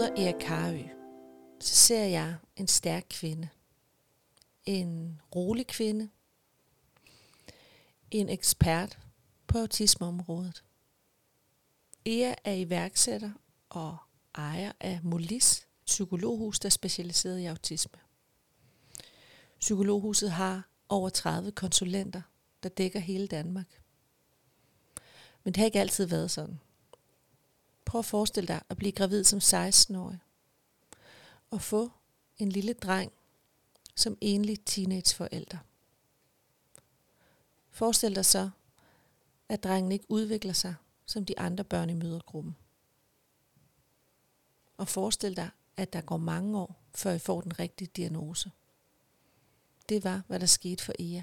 Erik Karø, så ser jeg en stærk kvinde. En rolig kvinde. En ekspert på autismeområdet. Ea er iværksætter og ejer af Molis, psykologhus, der er specialiseret i autisme. Psykologhuset har over 30 konsulenter, der dækker hele Danmark. Men det har ikke altid været sådan. Prøv at forestille dig at blive gravid som 16-årig. Og få en lille dreng som enlig teenageforælder. Forestil dig så, at drengen ikke udvikler sig som de andre børn i mødregruppen. Og forestil dig, at der går mange år, før I får den rigtige diagnose. Det var, hvad der skete for Ea.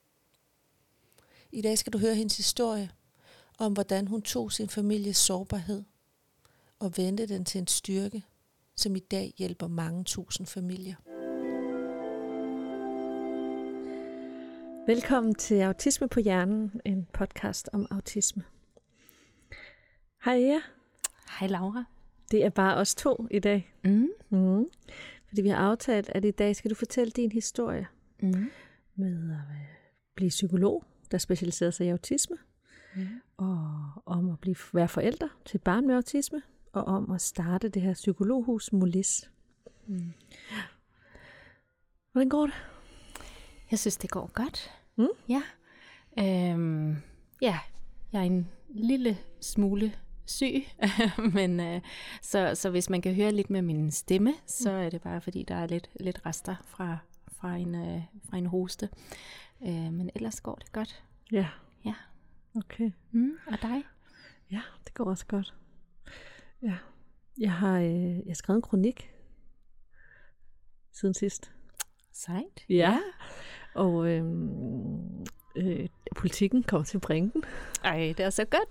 I dag skal du høre hendes historie om, hvordan hun tog sin families sårbarhed og vendte den til en styrke, som i dag hjælper mange tusind familier. Velkommen til Autisme på Hjernen, en podcast om autisme. Hej Ea. Hej Laura. Det er bare os to i dag. Fordi vi har aftalt, at i dag skal du fortælle din historie med at blive psykolog, der specialiserer sig i autisme, og om at være forælder til et barn med autisme, og om at starte det her psykologhus Molis. Hvordan går det? Jeg synes, det går godt. Ja. Jeg er en lille smule syg, men så hvis man kan høre lidt med min stemme, så er det bare fordi, der er lidt rester fra en hoste. Men ellers går det godt. Ja. Ja. Okay. Og dig? Ja, det går også godt. Ja. Jeg har skrevet en kronik siden sidst. Sejt. Ja. Og Politikken kommer til at bringe den. Ej, det er så godt.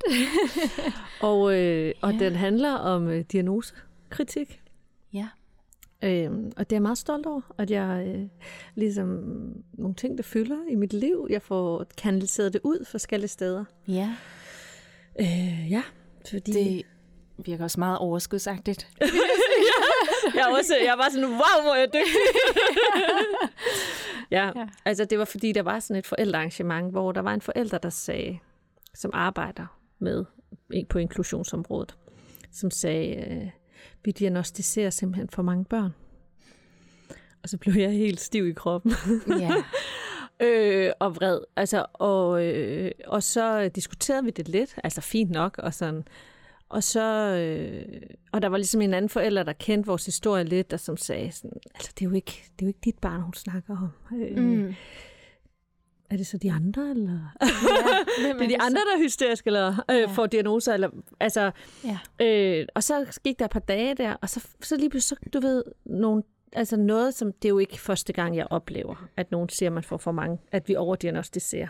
og den handler om diagnosekritik. Ja. Og det er jeg meget stolt over, at jeg ligesom nogle ting, der fylder i mit liv, jeg får kanaliseret det ud forskellige steder. Ja. Ja, fordi... Det virker også meget overskudsagtigt. Jeg er bare sådan, wow, hvor er jeg dygtig. Ja, altså det var fordi, der var sådan et forældrearrangement, hvor der var en forælder, der sagde, som arbejder med på inklusionsområdet, som sagde, vi diagnostiserer simpelthen for mange børn. Og så blev jeg helt stiv i kroppen. Ja. Og vred. Altså, og så diskuterede vi det lidt, altså fint nok, og sådan. Og så, og der var ligesom en anden forælder, der kendte vores historie lidt, og som sagde sådan, altså det er jo ikke dit barn, hun snakker om. Er det så de andre, eller? Ja, det er de andre, der er hysteriske, eller får diagnoser, eller, altså, og så gik der et par dage der, og så lige pludselig, du ved, noget, som det er jo ikke første gang, jeg oplever, at nogen siger, at man får for mange, at vi overdiagnostiserer.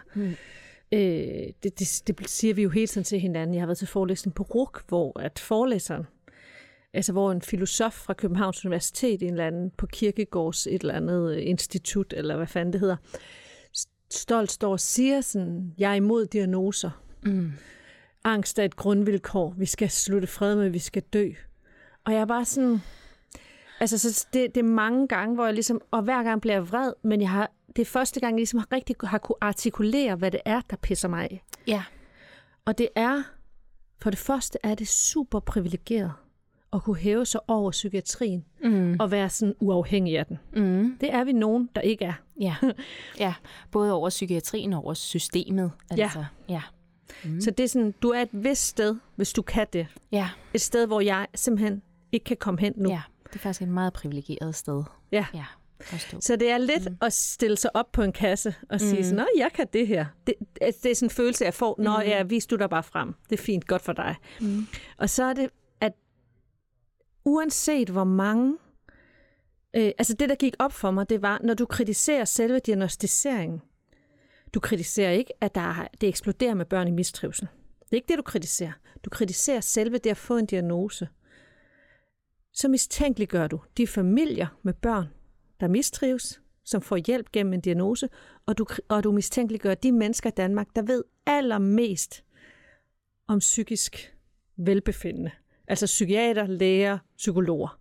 Det siger vi jo hele tiden til hinanden. Jeg har været til forelæsning på RUC, hvor at forelæseren, altså hvor en filosof fra Københavns Universitet, en eller anden på Kierkegaards et eller andet institut, eller hvad fanden det hedder, stolt står og siger sådan, jeg er imod diagnoser. Angst er et grundvilkår. Vi skal slutte fred med, vi skal dø. Og jeg er bare sådan, altså så det er mange gange, hvor jeg ligesom, og hver gang bliver jeg vred, men det er første gang, jeg ligesom rigtig har kunne artikulere, hvad det er, der pisser mig af. Ja. Og det er, for det første er det super privilegeret at kunne hæve sig over psykiatrien og være sådan uafhængig af den. Det er vi nogen, der ikke er. Ja, både over psykiatrien og over systemet. Altså. Ja. Så det er sådan, du er et vist sted, hvis du kan det. Ja. Et sted, hvor jeg simpelthen ikke kan komme hen nu. Ja, det er faktisk et meget privilegeret sted. Ja. Så det er lidt at stille sig op på en kasse og sige sådan, nå, jeg kan det her. Det er sådan en følelse, jeg får, når jeg viser du dig bare frem. Det er fint, godt for dig. Og så er det, at uanset hvor mange, altså det, der gik op for mig, det var, når du kritiserer selve diagnostiseringen, du kritiserer ikke, at det eksploderer med børn i mistrivsel. Det er ikke det, du kritiserer. Du kritiserer selve det at få en diagnose. Så mistænkeliggør du de familier med børn, der mistrives, som får hjælp gennem en diagnose, og du mistænkeliggør de mennesker i Danmark, der ved allermest om psykisk velbefindende. Altså psykiater, læger, psykologer.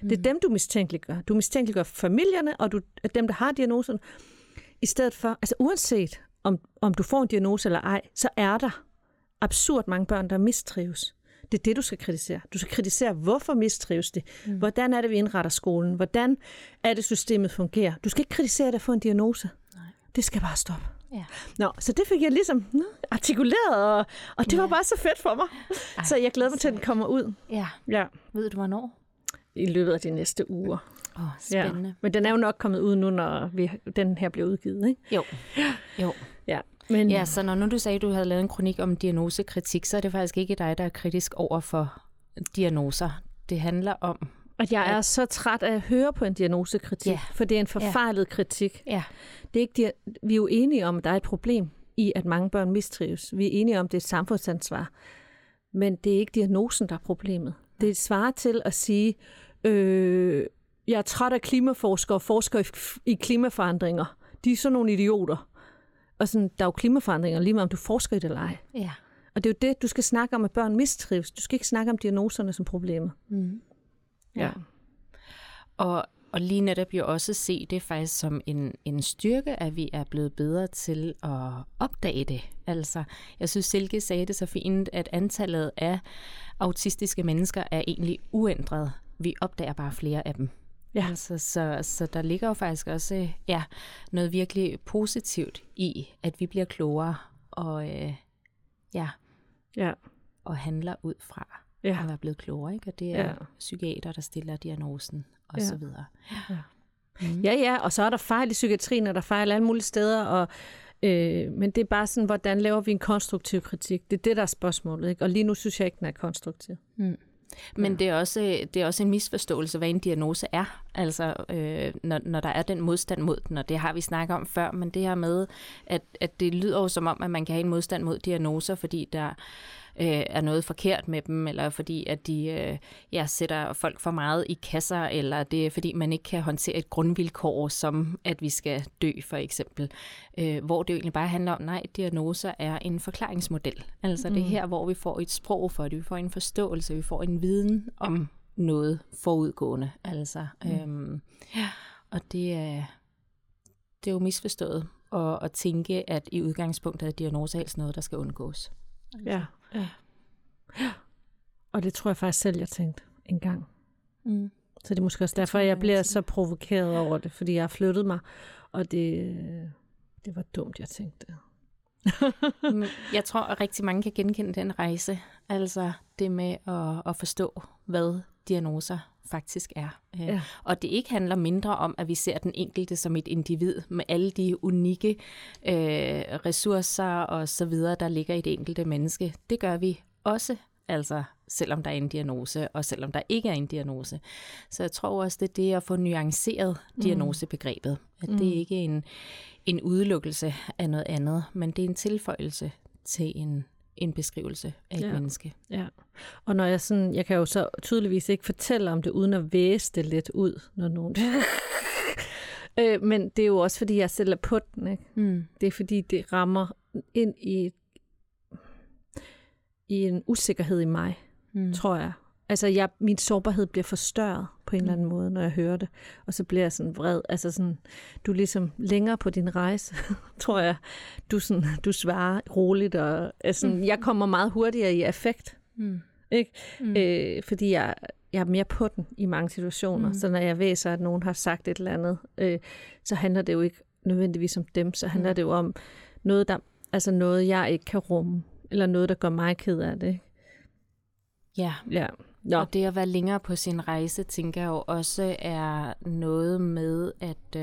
Det er dem, du mistænkeliggør. Du mistænkeliggør familierne, og dem, der har diagnosen. I stedet for, altså uanset om du får en diagnose eller ej, så er der absurd mange børn, der mistrives. Det er det, du skal kritisere. Du skal kritisere, hvorfor mistrives det? Hvordan er det, vi indretter skolen? Hvordan er det, systemet fungerer? Du skal ikke kritisere det at få en diagnose. Nej. Det skal bare stoppe. Ja. Nå, så det fik jeg ligesom artikuleret, og det var bare så fedt for mig. Så jeg glæder mig til, at den kommer ud. Ja. Ved du, hvornår? I løbet af de næste uger. Spændende. Ja. Men den er jo nok kommet ud nu, når den her bliver udgivet, ikke? Jo. Ja. Men... Ja, så når nu du sagde, at du havde lavet en kronik om diagnosekritik, så er det faktisk ikke dig, der er kritisk over for diagnoser. Det handler om... Og jeg er så træt af at høre på en diagnosekritik, for det er en forfejlet kritik. Ja. Det er ikke vi er jo enige om, at der er et problem i, at mange børn mistrives. Vi er enige om, at det er et samfundsansvar. Men det er ikke diagnosen, der er problemet. Det svarer til at sige, jeg er træt af klimaforskere og forskere i klimaforandringer. De er sådan nogle idioter. Og sådan, der er jo klimaforandringer, lige meget om du forsker i det eller ej. Ja. Og det er jo det, du skal snakke om, at børn mistrives. Du skal ikke snakke om diagnoserne som problemet. Mm. Ja. Og lige netop jo også se det faktisk som en styrke, at vi er blevet bedre til at opdage det. Altså, jeg synes, Silke sagde det så fint, at antallet af autistiske mennesker er egentlig uændret. Vi opdager bare flere af dem. Ja. Altså, så der ligger jo faktisk også noget virkelig positivt i, at vi bliver klogere og, og handler ud fra at være blevet klogere. Ikke? Og det er psykiater, der stiller diagnosen og så videre. Ja. Ja, og så er der fejl i psykiatrien, og der er fejl alle mulige steder, og men det er bare sådan, hvordan laver vi en konstruktiv kritik? Det er det, der er spørgsmålet, ikke? Og lige nu synes jeg ikke, den er konstruktiv. Men det er også en misforståelse, hvad en diagnose er. Altså, når der er den modstand mod den, og det har vi snakket om før, men det her med, at det lyder jo som om, at man kan have en modstand mod diagnoser, fordi der er noget forkert med dem, eller fordi at de sætter folk for meget i kasser, eller det er fordi man ikke kan håndtere et grundvilkår, som at vi skal dø for eksempel. Hvor det jo egentlig bare handler om, nej, diagnoser er en forklaringsmodel. Altså det er her, hvor vi får et sprog for det, vi får en forståelse, vi får en viden om noget forudgående. Altså, og det er jo misforstået at tænke, at i udgangspunktet er diagnoser helst noget, der skal undgås. Altså. Ja. Og det tror jeg faktisk selv, jeg tænkte en gang. Så det er måske også derfor, jeg bliver så provokeret over det, fordi jeg har flyttet mig, og det var dumt, jeg tænkte. Jeg tror, at rigtig mange kan genkende den rejse. Altså det med at forstå, hvad diagnoser faktisk er. Og det ikke handler mindre om, at vi ser den enkelte som et individ med alle de unikke ressourcer og så videre, der ligger i det enkelte menneske. Det gør vi også, altså selvom der er en diagnose, og selvom der ikke er en diagnose. Så jeg tror også, det er det at få nuanceret diagnosebegrebet. At det ikke er en udelukkelse af noget andet, men det er en tilføjelse til en beskrivelse af et menneske. Ja. Og når jeg kan jo så tydeligvis ikke fortælle om det, uden at væse det lidt ud, når nogen... men det er jo også, fordi jeg selv er på den, ikke? Det er, fordi det rammer ind i en usikkerhed i mig, tror jeg. Altså, min sårbarhed bliver forstørret på en eller anden måde, når jeg hører det. Og så bliver jeg sådan vred. Altså sådan, du er ligesom længere på din rejse, tror jeg. Du svarer roligt, og altså, jeg kommer meget hurtigere i affekt. Ikke? Fordi jeg er mere på den i mange situationer. Så når jeg væser, at nogen har sagt et eller andet, så handler det jo ikke nødvendigvis om dem. Så handler det jo om noget, jeg ikke kan rumme. Eller noget, der gør mig ked af det. Ja. Og det at være længere på sin rejse, tænker jeg jo også er noget med,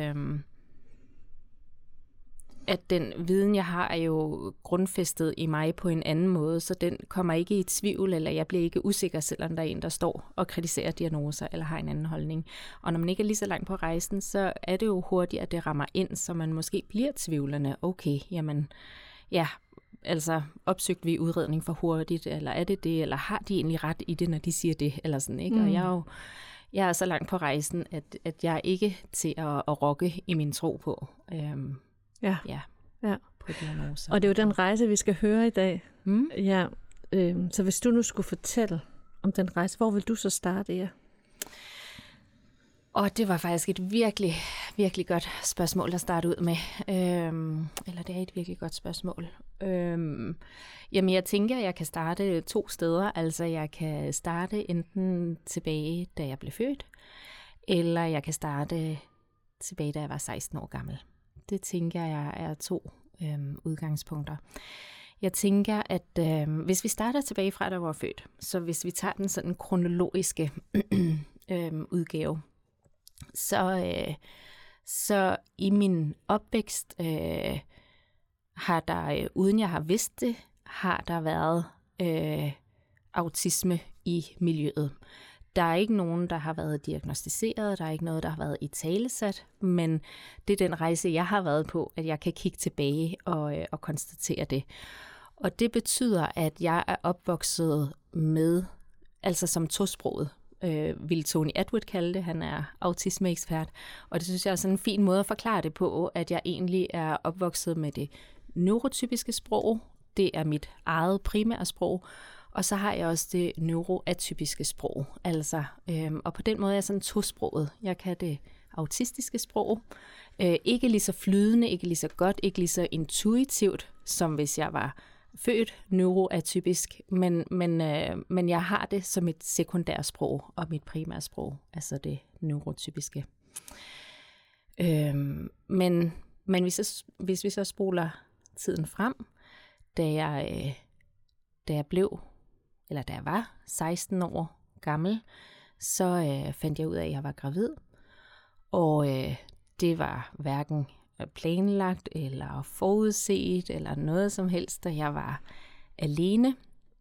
at den viden, jeg har, er jo grundfæstet i mig på en anden måde, så den kommer ikke i tvivl, eller jeg bliver ikke usikker, selvom der er en, der står og kritiserer diagnoser, eller har en anden holdning. Og når man ikke er lige så langt på rejsen, så er det jo hurtigt, at det rammer ind, så man måske bliver tvivlende. Okay, jamen, altså opsøgte vi udredning for hurtigt, eller er det, eller har de egentlig ret i det, når de siger det, eller sådan, ikke? Og jeg er så langt på rejsen, at jeg er ikke til at rokke i min tro på, på diagnoser. Og det er jo den rejse, vi skal høre i dag. Ja, så hvis du nu skulle fortælle om den rejse, hvor vil du så starte, Og det var faktisk et virkelig, virkelig godt spørgsmål at starte ud med. Eller det er et virkelig godt spørgsmål. Jamen jeg tænker, at jeg kan starte 2 steder. Altså jeg kan starte enten tilbage, da jeg blev født, eller jeg kan starte tilbage, da jeg var 16 år gammel. Det tænker jeg er 2 udgangspunkter. Jeg tænker, at hvis vi starter tilbage fra, da jeg var født, så hvis vi tager den sådan kronologiske udgave, så i min opvækst har der, uden jeg har vidst det, har der været autisme i miljøet. Der er ikke nogen, der har været diagnosticeret, der er ikke noget, der har været italesat, men det er den rejse, jeg har været på, at jeg kan kigge tilbage og konstatere det. Og det betyder, at jeg er opvokset med, altså som tosproget, vil Tony Attwood kalde det. Han er autismeekspert, og det synes jeg er sådan en fin måde at forklare det på, at jeg egentlig er opvokset med det neurotypiske sprog. Det er mit eget primære sprog, og så har jeg også det neuroatypiske sprog. Altså, og på den måde er jeg sådan tosproget. Jeg kan det autistiske sprog. Ikke lige så flydende, ikke lige så godt, ikke lige så intuitivt, som hvis jeg var født neuroatypisk, men jeg har det som et sekundært sprog og mit primære sprog, altså det neurotypiske. Men hvis vi så spoler tiden frem, da jeg var 16 år gammel, så fandt jeg ud af, at jeg var gravid, og det var hverken planlagt eller forudset eller noget som helst, da jeg var alene.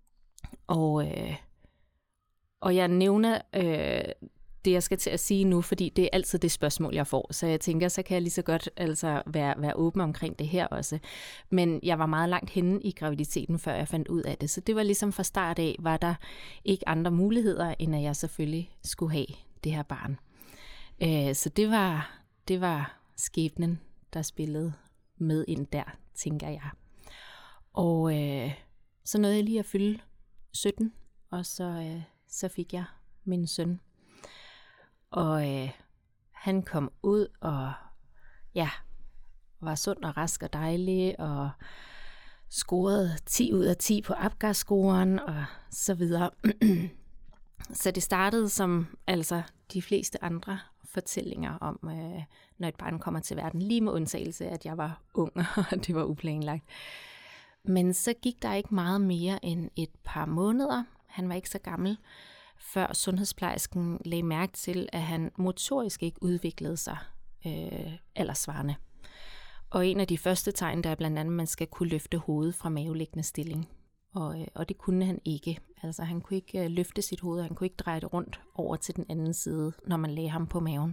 Og jeg nævner det, jeg skal til at sige nu, fordi det er altid det spørgsmål, jeg får. Så jeg tænker, så kan jeg lige så godt altså være åben omkring det her også. Men jeg var meget langt henne i graviditeten, før jeg fandt ud af det. Så det var ligesom fra start af, var der ikke andre muligheder, end at jeg selvfølgelig skulle have det her barn. Så det var skæbnen, der spillede med ind der, tænker jeg. Og så nåede jeg lige at fylde 17, og så fik jeg min søn. Og han kom ud og var sund og rask og dejlig, og scorede 10 ud af 10 på APGAR-scoren og så videre. Så det startede som altså de fleste andre fortællinger om, når et barn kommer til verden, lige med undtagelse, at jeg var ung, og det var uplanlagt. Men så gik der ikke meget mere end et par måneder. Han var ikke så gammel, før sundhedsplejersken lagde mærke til, at han motorisk ikke udviklede sig alderssvarende. Og en af de første tegn, der er blandt andet, at man skal kunne løfte hovedet fra maveliggende stilling. Og det kunne han ikke. Altså han kunne ikke løfte sit hoved, han kunne ikke dreje det rundt over til den anden side, når man lagde ham på maven.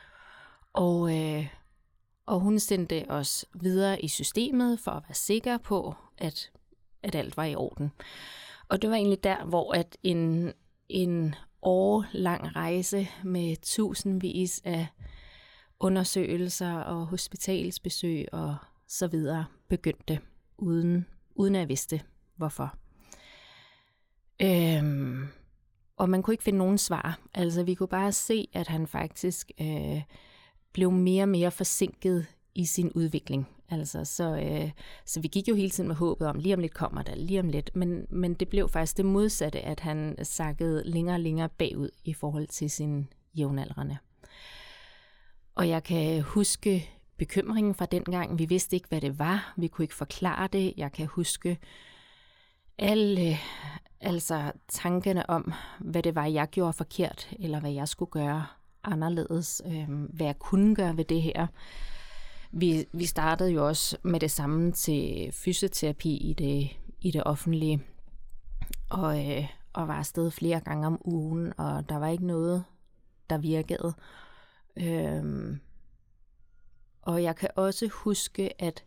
Og hun sendte os videre i systemet for at være sikker på, at alt var i orden. Og det var egentlig der, hvor at en årlang rejse med tusindvis af undersøgelser og hospitalsbesøg og så videre begyndte, uden at jeg vidste hvorfor. Og man kunne ikke finde nogen svar. Altså vi kunne bare se, at han faktisk blev mere og mere forsinket i sin udvikling. Altså, så vi gik jo hele tiden med håbet om, lige om lidt kommer der, lige om lidt. Men det blev faktisk det modsatte, at han sakkede længere og længere bagud i forhold til sine jævnaldrende. Og jeg kan huske bekymringen fra dengang. Vi vidste ikke, hvad det var. Vi kunne ikke forklare det. Jeg kan huske alle tankerne om, hvad det var, jeg gjorde forkert, eller hvad jeg skulle gøre anderledes, hvad jeg kunne gøre ved det her. Vi startede jo også med det samme til fysioterapi i det offentlige, og var afsted flere gange om ugen, og der var ikke noget, der virkede. Og jeg kan også huske, at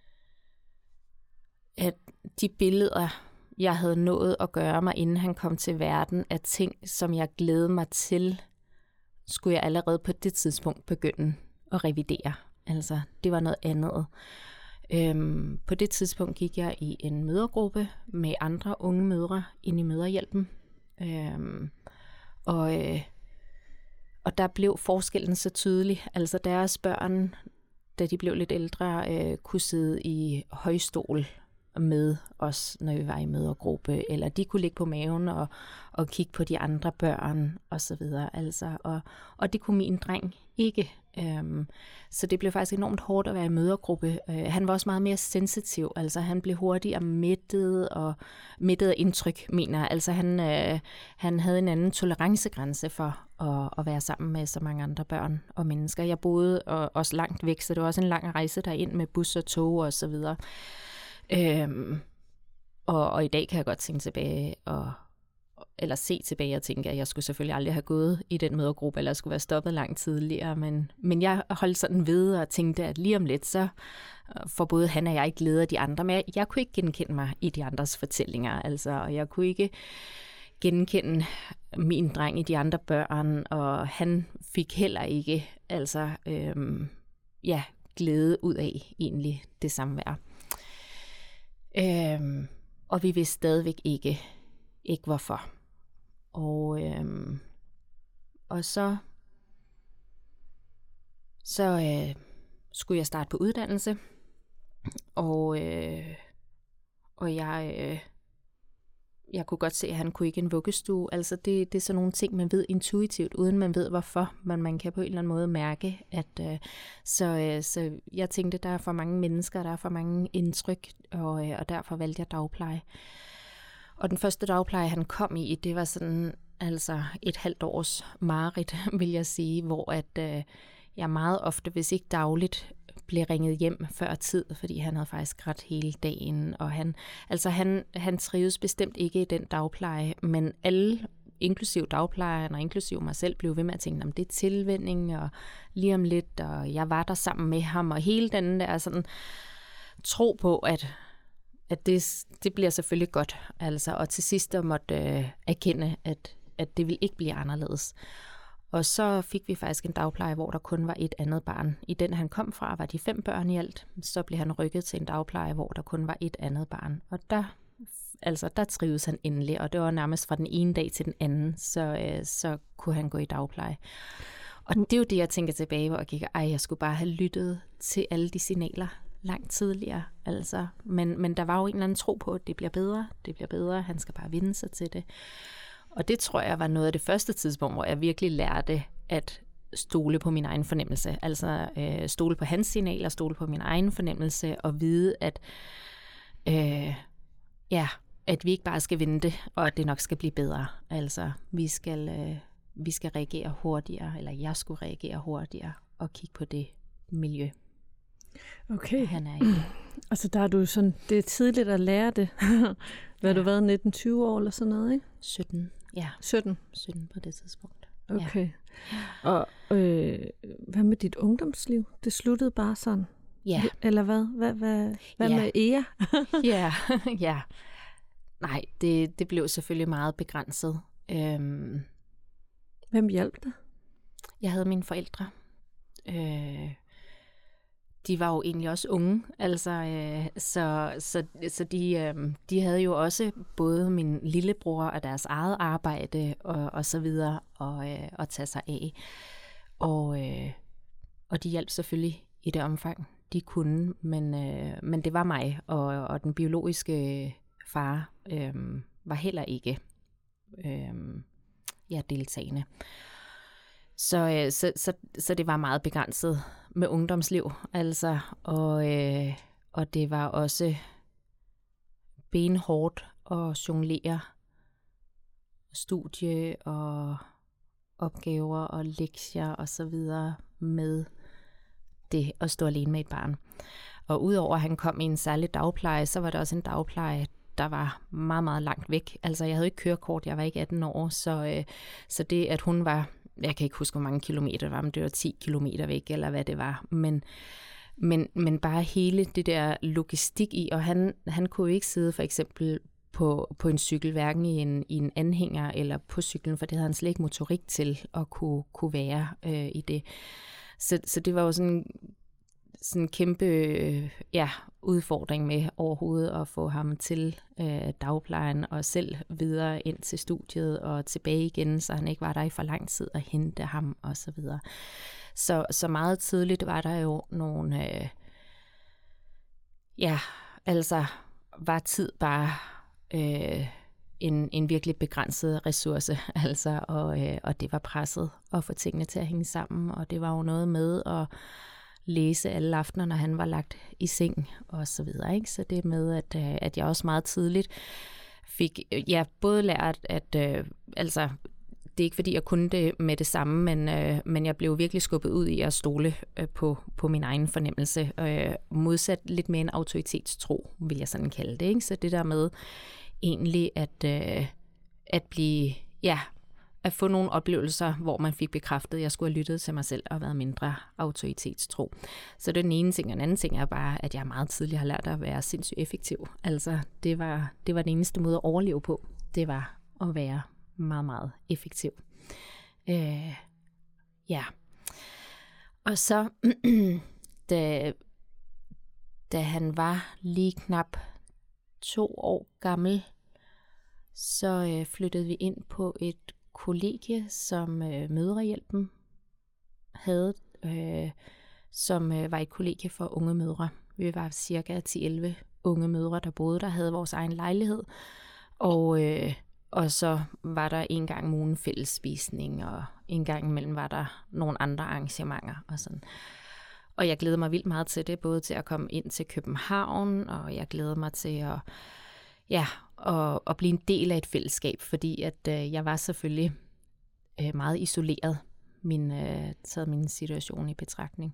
de billeder, jeg havde nået at gøre mig, inden han kom til verden, af ting, som jeg glædede mig til, skulle jeg allerede på det tidspunkt begynde at revidere. Altså, det var noget andet. På det tidspunkt gik jeg i en mødregruppe med andre unge mødre inde i Mødrehjælpen. Og Og der blev forskellen så tydelig. Altså deres børn, da de blev lidt ældre, kunne sidde i højstol med os, når vi var i mødregruppe, eller de kunne ligge på maven og kigge på de andre børn og så videre. Altså, og det kunne min dreng ikke. Så det blev faktisk enormt hårdt at være i mødregruppe. Han var også meget mere sensitiv, altså han blev hurtigere mættet af indtryk, mener jeg. Altså han havde en anden tolerancegrænse for at være sammen med så mange andre børn og mennesker. Jeg boede også langt væk, så det var også en lang rejse derind med bus og tog og så videre. Og i dag kan jeg godt tænke tilbage eller se tilbage og tænke, at jeg skulle selvfølgelig aldrig have gået i den mødergruppe, eller jeg skulle være stoppet langt tidligere, men jeg holdt sådan ved og tænkte, at lige om lidt, så får både han og jeg ikke lede af de andre, men jeg kunne ikke genkende mig i de andres fortællinger, altså, og jeg kunne ikke genkende min dreng i de andre børn, og han fik heller ikke glæde ud af egentlig det samvær. Og vi vidste stadigvæk ikke hvorfor. Og så skulle jeg starte på uddannelse, og jeg kunne godt se, at han kunne ikke en vuggestue. Altså det er sådan nogle ting, man ved intuitivt, uden man ved hvorfor, men man kan på en eller anden måde mærke, at så jeg tænkte, der er for mange mennesker, der er for mange indtryk, og derfor valgte jeg dagpleje. Og den første dagpleje, han kom i, det var sådan altså et halvt års mareridt, vil jeg sige, hvor at jeg meget ofte, hvis ikke dagligt, blev ringet hjem før tid, fordi han havde faktisk grædt hele dagen, og han trives bestemt ikke i den dagpleje, men alle, inklusiv dagplejeren og inklusiv mig selv, blev ved med at tænke, det er tilvænning, og lige om lidt, og jeg var der sammen med ham, og hele den der sådan tro på, at det bliver selvfølgelig godt, altså, og til sidst der måtte erkende, at det vil ikke blive anderledes. Og så fik vi faktisk en dagpleje, hvor der kun var et andet barn. I den, han kom fra, var de 5 børn i alt. Så blev han rykket til en dagpleje, hvor der kun var et andet barn. Og der trivedes han endelig, og det var nærmest fra den ene dag til den anden, så kunne han gå i dagpleje. Og det er jo det, jeg tænker tilbage, hvor jeg kigger, jeg skulle bare have lyttet til alle de signaler langt tidligere. Altså. Men der var jo en eller anden tro på, at det bliver bedre, han skal bare vinde sig til det. Og det tror jeg var noget af det første tidspunkt, hvor jeg virkelig lærte at stole på min egen fornemmelse. Altså stole på hans signaler, stole på min egen fornemmelse og vide, at vi ikke bare skal vente, og at det nok skal blive bedre. Altså vi skal reagere hurtigere, eller jeg skulle reagere hurtigere og kigge på det miljø. Okay. Han er i. Altså der er du sådan, det er tidligt at lære det. Hvad har du været, 19-20 år eller sådan noget, ikke? 17, ja. 17 på det tidspunkt. Okay. Ja. Og hvad med dit ungdomsliv? Det sluttede bare sådan? Ja. Eller hvad? Hvad med Ea? Ja. Nej, det blev selvfølgelig meget begrænset. Hvem hjalp dig? Jeg havde mine forældre. De var jo egentlig også unge, altså, så de havde jo også både min lillebror og deres eget arbejde og så videre at tage sig af. Og de hjalp selvfølgelig i det omfang, de kunne, men det var mig, og den biologiske far var heller ikke deltagende. Så det var meget begrænset med ungdomsliv, altså, og det var også benhårdt at jonglere studie og opgaver og lektier og så videre med det at stå alene med et barn. Og udover at han kom i en særlig dagpleje, så var det også en dagpleje, der var meget, meget langt væk. Altså jeg havde ikke kørekort, jeg var ikke 18 år, så det at hun var, jeg kan ikke huske, hvor mange kilometer det var, men det var 10 kilometer væk, eller hvad det var. Men bare hele det der logistik i, og han kunne jo ikke sidde for eksempel på en cykel, hverken i en anhænger eller på cyklen, for det havde han slet ikke motorik til at kunne være i det. Så det var jo sådan en kæmpe udfordring med overhovedet at få ham til dagplejen og selv videre ind til studiet og tilbage igen, så han ikke var der i for lang tid at hente ham og så videre. Så meget tidligt var der jo nogle, var tid bare en virkelig begrænset ressource, altså, og det var presset at få tingene til at hænge sammen, og det var jo noget med at læse alle aftener, når han var lagt i seng og så videre, ikke? Så det med, at jeg også meget tidligt fik, både lært, at det er ikke fordi, jeg kunne det med det samme, men jeg blev virkelig skubbet ud i at stole på min egen fornemmelse, modsat lidt med en autoritetstro, vil jeg sådan kalde det, ikke? Så det der med egentlig at blive, at få nogle oplevelser, hvor man fik bekræftet, at jeg skulle have lyttet til mig selv og været mindre autoritetstro. Så det er den ene ting, og den anden ting er bare, at jeg meget tidligt har lært at være sindssygt effektiv. Altså, det var den eneste måde at overleve på. Det var at være meget, meget effektiv. Og så, da han var lige knap 2 år gammel, så flyttede vi ind på et kollegie, som Mødrehjælpen havde, som var et kollegie for unge mødre. Vi var cirka 10-11 unge mødre, der boede der, havde vores egen lejlighed, og så var der en gang om ugen fællesspisning, og en gang imellem var der nogle andre arrangementer og sådan. Og jeg glæder mig vildt meget til det, både til at komme ind til København, og jeg glæder mig til at blive en del af et fællesskab, fordi at jeg var selvfølgelig meget isoleret, taget min situation i betragtning.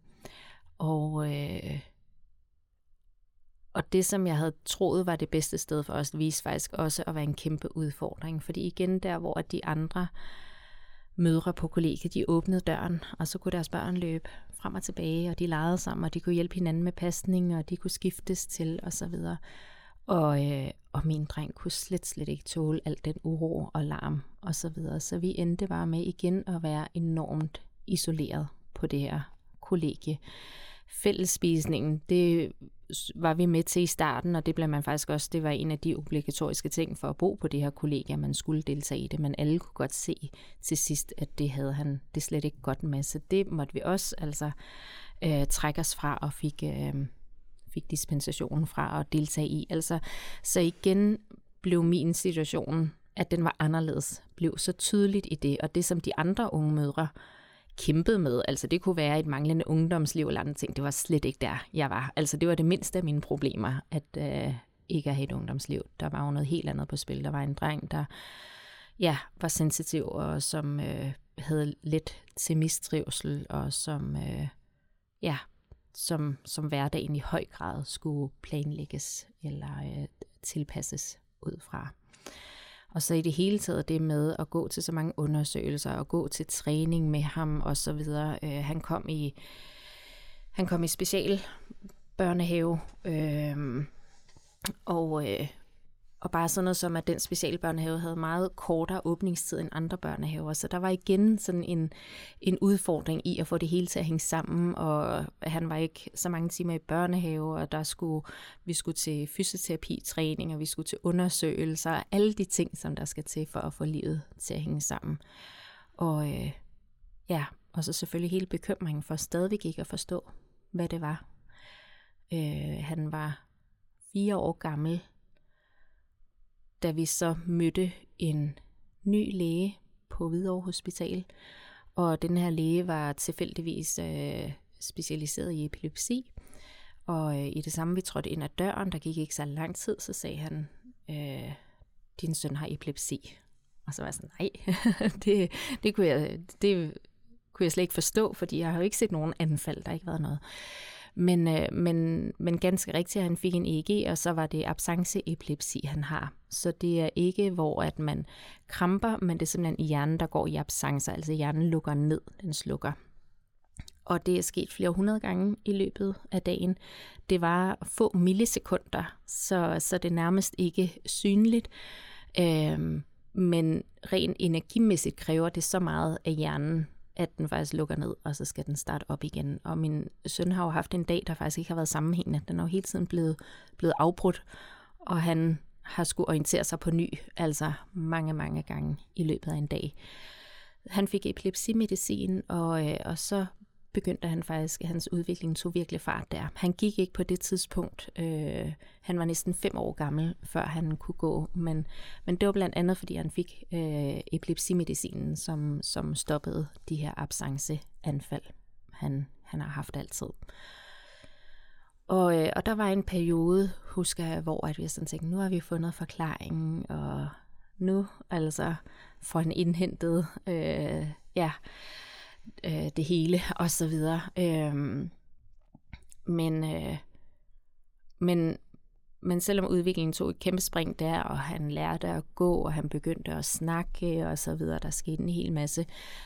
Og det, som jeg havde troet var det bedste sted for os, viste faktisk også at være en kæmpe udfordring. Fordi igen der, hvor de andre mødre på kollegiet, de åbnede døren, og så kunne deres børn løbe frem og tilbage, og de legede sammen, og de kunne hjælpe hinanden med pasning, og de kunne skiftes til, og så videre. Og min dreng kunne slet ikke tåle alt den uro og larm, og så videre. Så vi endte bare med igen at være enormt isoleret på det her kollegie. Fællesspisningen, det var vi med til i starten, og det blev man faktisk også, det var en af de obligatoriske ting for at bo på det her kollegie, man skulle deltage i det, men alle kunne godt se til sidst, at det havde han det slet ikke godt med, så det måtte vi også trække os fra og fik dispensationen fra at deltage i. Altså, så igen blev min situation, at den var anderledes, blev så tydeligt i det, og det som de andre unge mødre kæmpede med, altså det kunne være et manglende ungdomsliv eller andre ting, det var slet ikke der, jeg var. Altså det var det mindste af mine problemer, at ikke at have et ungdomsliv. Der var jo noget helt andet på spil. Der var en dreng, der var sensitiv, og som havde lidt til mistrivsel, og som hverdagen i høj grad skulle planlægges eller tilpasses ud fra. Og så i det hele taget det med at gå til så mange undersøgelser og gå til træning med ham og så videre. Han kom i specialbørnehave og bare sådan noget som, at den specialbørnehave havde meget kortere åbningstid end andre børnehaver. Så der var igen sådan en udfordring i at få det hele til at hænge sammen, og han var ikke så mange timer i børnehave, og vi skulle til fysioterapitræning, og vi skulle til undersøgelser, alle de ting, som der skal til for at få livet til at hænge sammen. Og så selvfølgelig hele bekymringen for stadigvæk ikke at forstå, hvad det var. Han var 4 år gammel, da vi så mødte en ny læge på Hvidovre Hospital, og den her læge var tilfældigvis specialiseret i epilepsi, og i det samme vi trådte ind ad døren, der gik ikke så lang tid, så sagde han, din søn har epilepsi. Og så var jeg sådan, nej, det kunne jeg slet ikke forstå, fordi jeg har jo ikke set nogen anfald, der har ikke været noget. Men ganske rigtigt, han fik en EEG, og så var det absence-epilepsi, han har. Så det er ikke, hvor at man kramper, men det er simpelthen i hjernen, der går i absence, altså hjernen lukker ned, den slukker. Og det er sket flere 100 gange i løbet af dagen. Det var få millisekunder, så det er nærmest ikke synligt. Men rent energimæssigt kræver det så meget af hjernen, at den faktisk lukker ned, og så skal den starte op igen. Og min søn har jo haft en dag, der faktisk ikke har været sammenhængende. Den er jo hele tiden blevet afbrudt, og han har skulle orientere sig på ny, altså mange, mange gange i løbet af en dag. Han fik epilepsimedicin, og så begyndte hans udvikling tog virkelig fart der. Han gik ikke på det tidspunkt. Han var næsten 5 år gammel, før han kunne gå, men det var blandt andet, fordi han fik epilepsimedicinen, som stoppede de her absenceanfald, han har haft altid. Og der var en periode, husker jeg, hvor at vi sådan tænkte, nu har vi fundet forklaringen, og nu altså får han indhentet det hele og så videre. Men selvom udviklingen tog et kæmpe spring der, og han lærte at gå, og han begyndte at snakke og så videre, der skete en hel masse,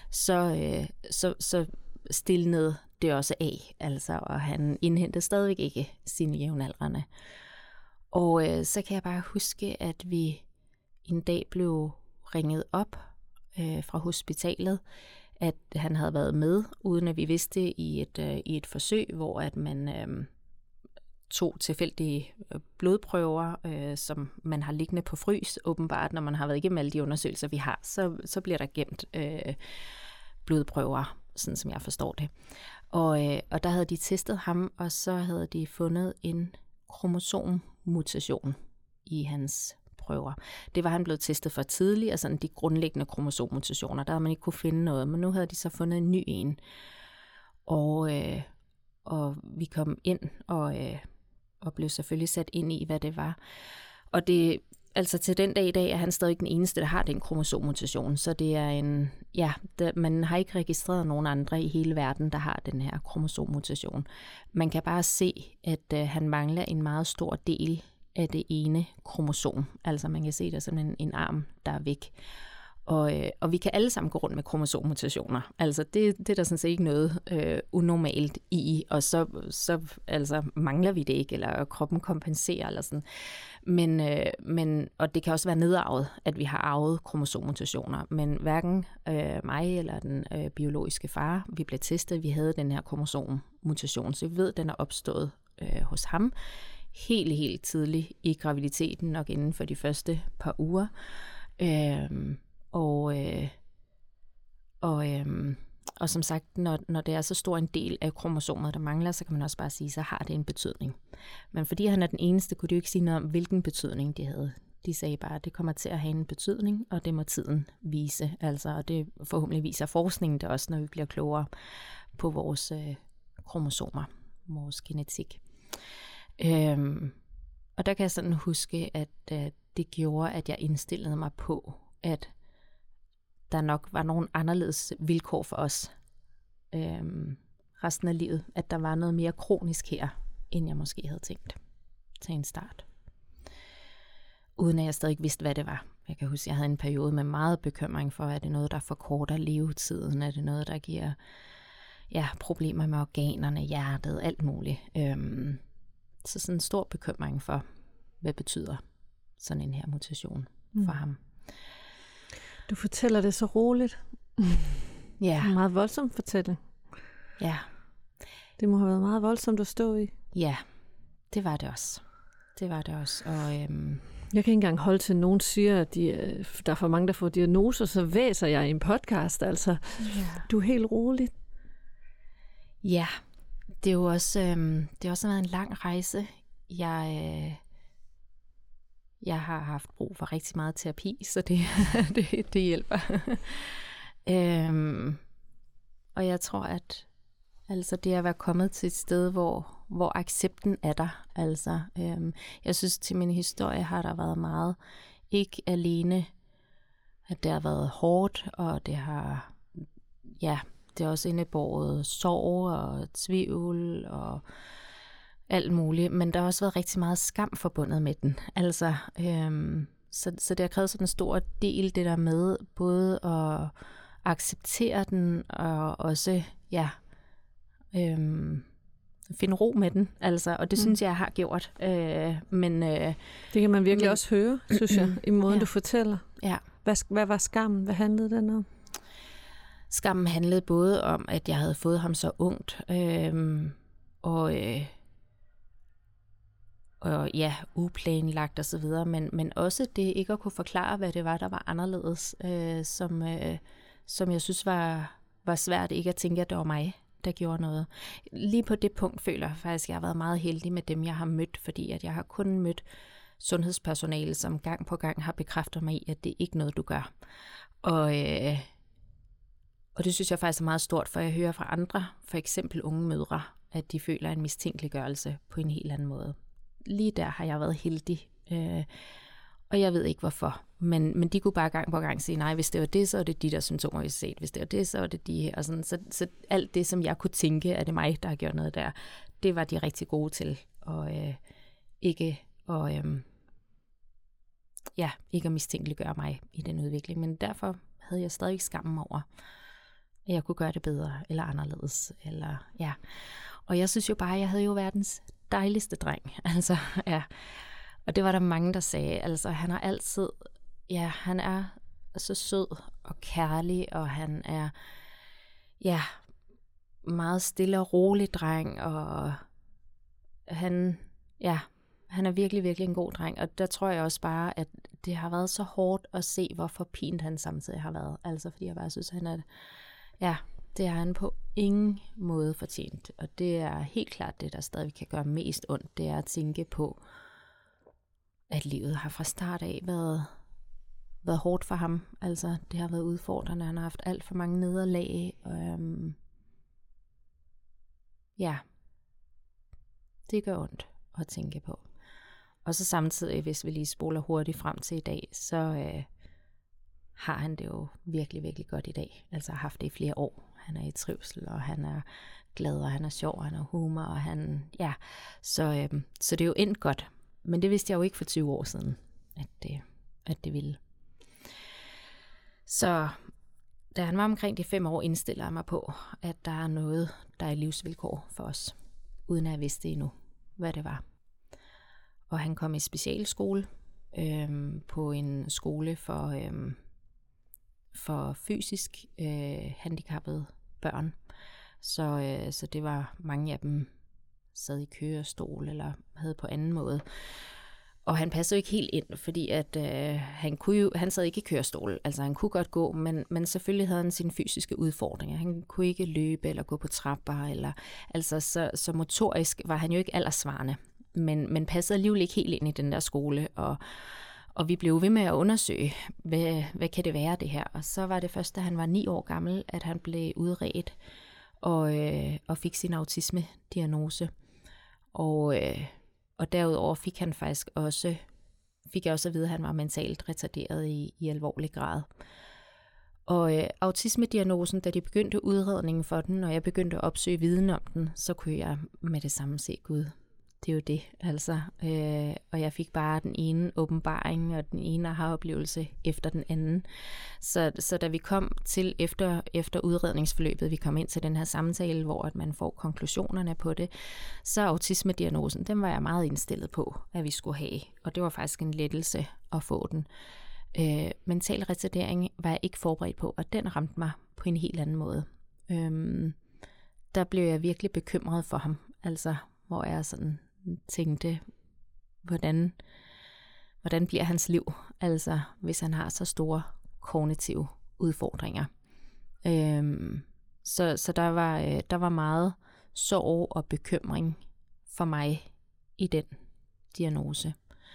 så stilnede det også af, altså, og han indhentede stadigvæk ikke sine jævnaldrende. Og så kan jeg bare huske, at vi en dag blev ringet op fra hospitalet, at han havde været med, uden at vi vidste, i et forsøg, hvor at man tog tilfældige blodprøver, som man har liggende på frys, åbenbart, når man har været igennem alle de undersøgelser, vi har, så bliver der gemt blodprøver, sådan som jeg forstår det. Og der havde de testet ham, og så havde de fundet en kromosommutation i hans prøver. Det var han blevet testet for tidligt, og sådan de grundlæggende kromosommutationer, der havde man ikke kunne finde noget, men nu havde de så fundet en ny en. Og vi kom ind og blev selvfølgelig sat ind i, hvad det var. Og det, altså til den dag i dag, er han stadig den eneste, der har den kromosommutation, så det er man har ikke registreret nogen andre i hele verden, der har den her kromosommutation. Man kan bare se, at han mangler en meget stor del af det ene kromosom. Altså man kan se, der er sådan en arm, der er væk. Og vi kan alle sammen gå rundt med kromosommutationer. Altså det er der sådan set ikke noget unormalt i, og så altså mangler vi det ikke, eller kroppen kompenserer eller sådan. Men og det kan også være nedarvet, at vi har arvet kromosommutationer, men hverken mig eller den biologiske far, vi blev testet, vi havde den her kromosommutation, så vi ved, at den er opstået hos ham helt tidligt i graviditeten, nok inden for de første par uger. Og som sagt, når det er så stor en del af kromosomet, der mangler, så kan man også bare sige, så har det en betydning. Men fordi han er den eneste, kunne de jo ikke sige noget om, hvilken betydning det havde. De sagde bare, at det kommer til at have en betydning, og det må tiden vise. Altså, og det forhåbentlig viser forskningen det også, når vi bliver klogere på vores kromosomer, vores genetik. Og der kan jeg sådan huske, at det gjorde, at jeg indstillede mig på, at der nok var nogle anderledes vilkår for os resten af livet. At der var noget mere kronisk her, end jeg måske havde tænkt til en start. Uden at jeg stadig vidste, hvad det var. Jeg kan huske, at jeg havde en periode med meget bekymring for, er det noget, der forkorter levetiden? Er det noget, der giver problemer med organerne, hjertet, alt muligt? Så sådan en stor bekymring for, hvad betyder sådan en her mutation for ham. Du fortæller det så roligt. Ja. En meget voldsom fortælling. Ja. Det må have været meget voldsomt at stå i. Ja, det var det også. Og jeg kan ikke engang holde til, at nogen siger, at der er for mange, der får diagnoser, så væser jeg i en podcast. Altså, Du er helt rolig. Ja, det er jo også, det har også været en lang rejse. Jeg har haft brug for rigtig meget terapi, så det hjælper. Og jeg tror, at altså det at være kommet til et sted, hvor accepten er der. Altså, jeg synes, til min historie har der været meget, ikke alene, at det har været hårdt, og det har, det er også indebåret sorg og tvivl og alt muligt, men der har også været rigtig meget skam forbundet med den. Altså, så det har krævet sådan en stor del, det der med både at acceptere den, og også, finde ro med den. Altså, og det synes jeg har gjort. Men det kan man virkelig også høre, synes jeg, i måden, du fortæller. Ja. Hvad var skammen? Hvad handlede den om? Skammen handlede både om, at jeg havde fået ham så ungt, og ja, uplanlagt og så videre, men også det ikke at kunne forklare, hvad det var, der var anderledes, som jeg synes var svært ikke at tænke, at det var mig, der gjorde noget. Lige på det punkt føler jeg faktisk, at jeg har været meget heldig med dem, jeg har mødt, fordi at jeg har kun mødt sundhedspersonale, som gang på gang har bekræftet mig i, at det ikke er noget, du gør. Og det synes jeg faktisk er meget stort, for jeg hører fra andre, for eksempel unge mødre, at de føler en mistænkeliggørelse på en helt anden måde. Lige der har jeg været heldig, og jeg ved ikke hvorfor. Men de kunne bare gang på gang sige, nej, hvis det var det, så var det de der symptomer, vi har set. Hvis det var det, så var det de her. Og sådan, så alt det, som jeg kunne tænke, at det er mig, der har gjort noget der, det var de rigtig gode til. Og ikke at mistænkeliggøre mig i den udvikling. Men derfor havde jeg stadig skammen over, at jeg kunne gøre det bedre eller anderledes. Og jeg synes jo bare, at jeg havde jo verdens dejligste dreng. Altså, ja. Og det var der mange, der sagde. Altså, han har altid, han er så sød og kærlig, og han er, meget stille og rolig dreng, og han er virkelig, virkelig en god dreng. Og der tror jeg også bare, at det har været så hårdt at se, hvor forpint han samtidig har været. Altså, fordi jeg bare synes, han er, det har han på ingen måde fortjent. Og det er helt klart det, der stadig kan gøre mest ondt, det er at tænke på, at livet har fra start af været hårdt for ham. Altså, det har været udfordrende. Han har haft alt for mange nederlag. Det gør ondt at tænke på. Og så samtidig, hvis vi lige spoler hurtigt frem til i dag, så har han det jo virkelig, virkelig godt i dag. Altså har haft det i flere år. Han er i trivsel, og han er glad, og han er sjov, og han har humor, og han, så det er jo endt godt. Men det vidste jeg jo ikke for 20 år siden, at det ville. Så da han var omkring de 5 år, indstiller jeg mig på, at der er noget, der er livsvilkår for os, uden at jeg vidste endnu, hvad det var. Og han kom i specialskole på en skole for fysisk handicappede børn. Så det var mange af dem sad i kørestol eller havde på anden måde. Og han passede jo ikke helt ind, fordi at han sad ikke i kørestol. Altså han kunne godt gå, men selvfølgelig havde han sine fysiske udfordringer. Han kunne ikke løbe eller gå på trapper. Så motorisk var han jo ikke alderssvarende. Men passede alligevel ikke helt ind i den der skole. Og vi blev ved med at undersøge, hvad kan det være det her. Og så var det først, da han var 9 år gammel, at han blev udredt og fik sin autisme-diagnose. Og derudover fik jeg også at vide, at han var mentalt retarderet i alvorlig grad. Og autisme-diagnosen, da de begyndte udredningen for den, og jeg begyndte at opsøge viden om den, så kunne jeg med det samme se, Gud, det er jo det, altså. Og jeg fik bare den ene åbenbaring, og den ene aha-oplevelse efter den anden. Så da vi kom til efter udredningsforløbet, vi kom ind til den her samtale, hvor at man får konklusionerne på det, så autisme-diagnosen, den var jeg meget indstillet på, at vi skulle have. Og det var faktisk en lettelse at få den. Mental retardering var jeg ikke forberedt på, og den ramte mig på en helt anden måde. Der blev jeg virkelig bekymret for ham, altså hvor jeg sådan tænkte, hvordan bliver hans liv, altså hvis han har så store kognitive udfordringer. Så der var meget sorg og bekymring for mig i den diagnose.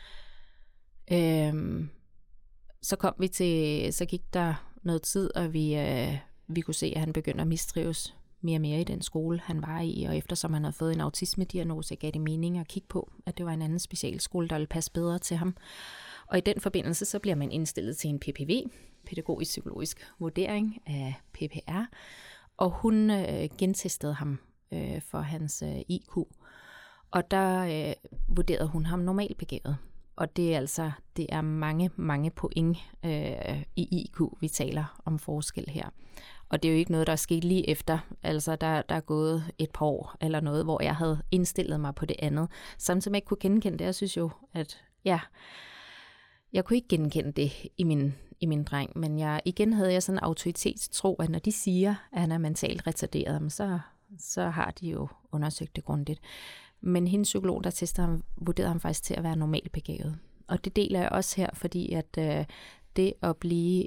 Så gik der noget tid, og vi kunne se, at han begyndte at mistrives mere og mere i den skole, han var i, og eftersom han havde fået en autisme-diagnose, gav det mening at kigge på, at det var en anden specialskole, der ville passe bedre til ham. Og i den forbindelse, så bliver man indstillet til en PPV, pædagogisk psykologisk vurdering af PPR, og hun gentestede ham for hans IQ, og der vurderede hun ham normalbegavet. Og det er mange point i IQ, vi taler om forskel her. Og det er jo ikke noget, der er sket lige efter. Altså, der er gået et par år eller noget, hvor jeg havde indstillet mig på det andet. Samtidig med jeg ikke kunne genkende det. Jeg synes jo, at jeg kunne ikke genkende det i min dreng. Men igen havde jeg sådan en autoritetstro, at når de siger, at han er mentalt retarderet, så har de jo undersøgt det grundigt. Men hendes psykolog, der testede ham, vurderede ham faktisk til at være normalt begavet. Og det deler jeg også her, fordi at det at blive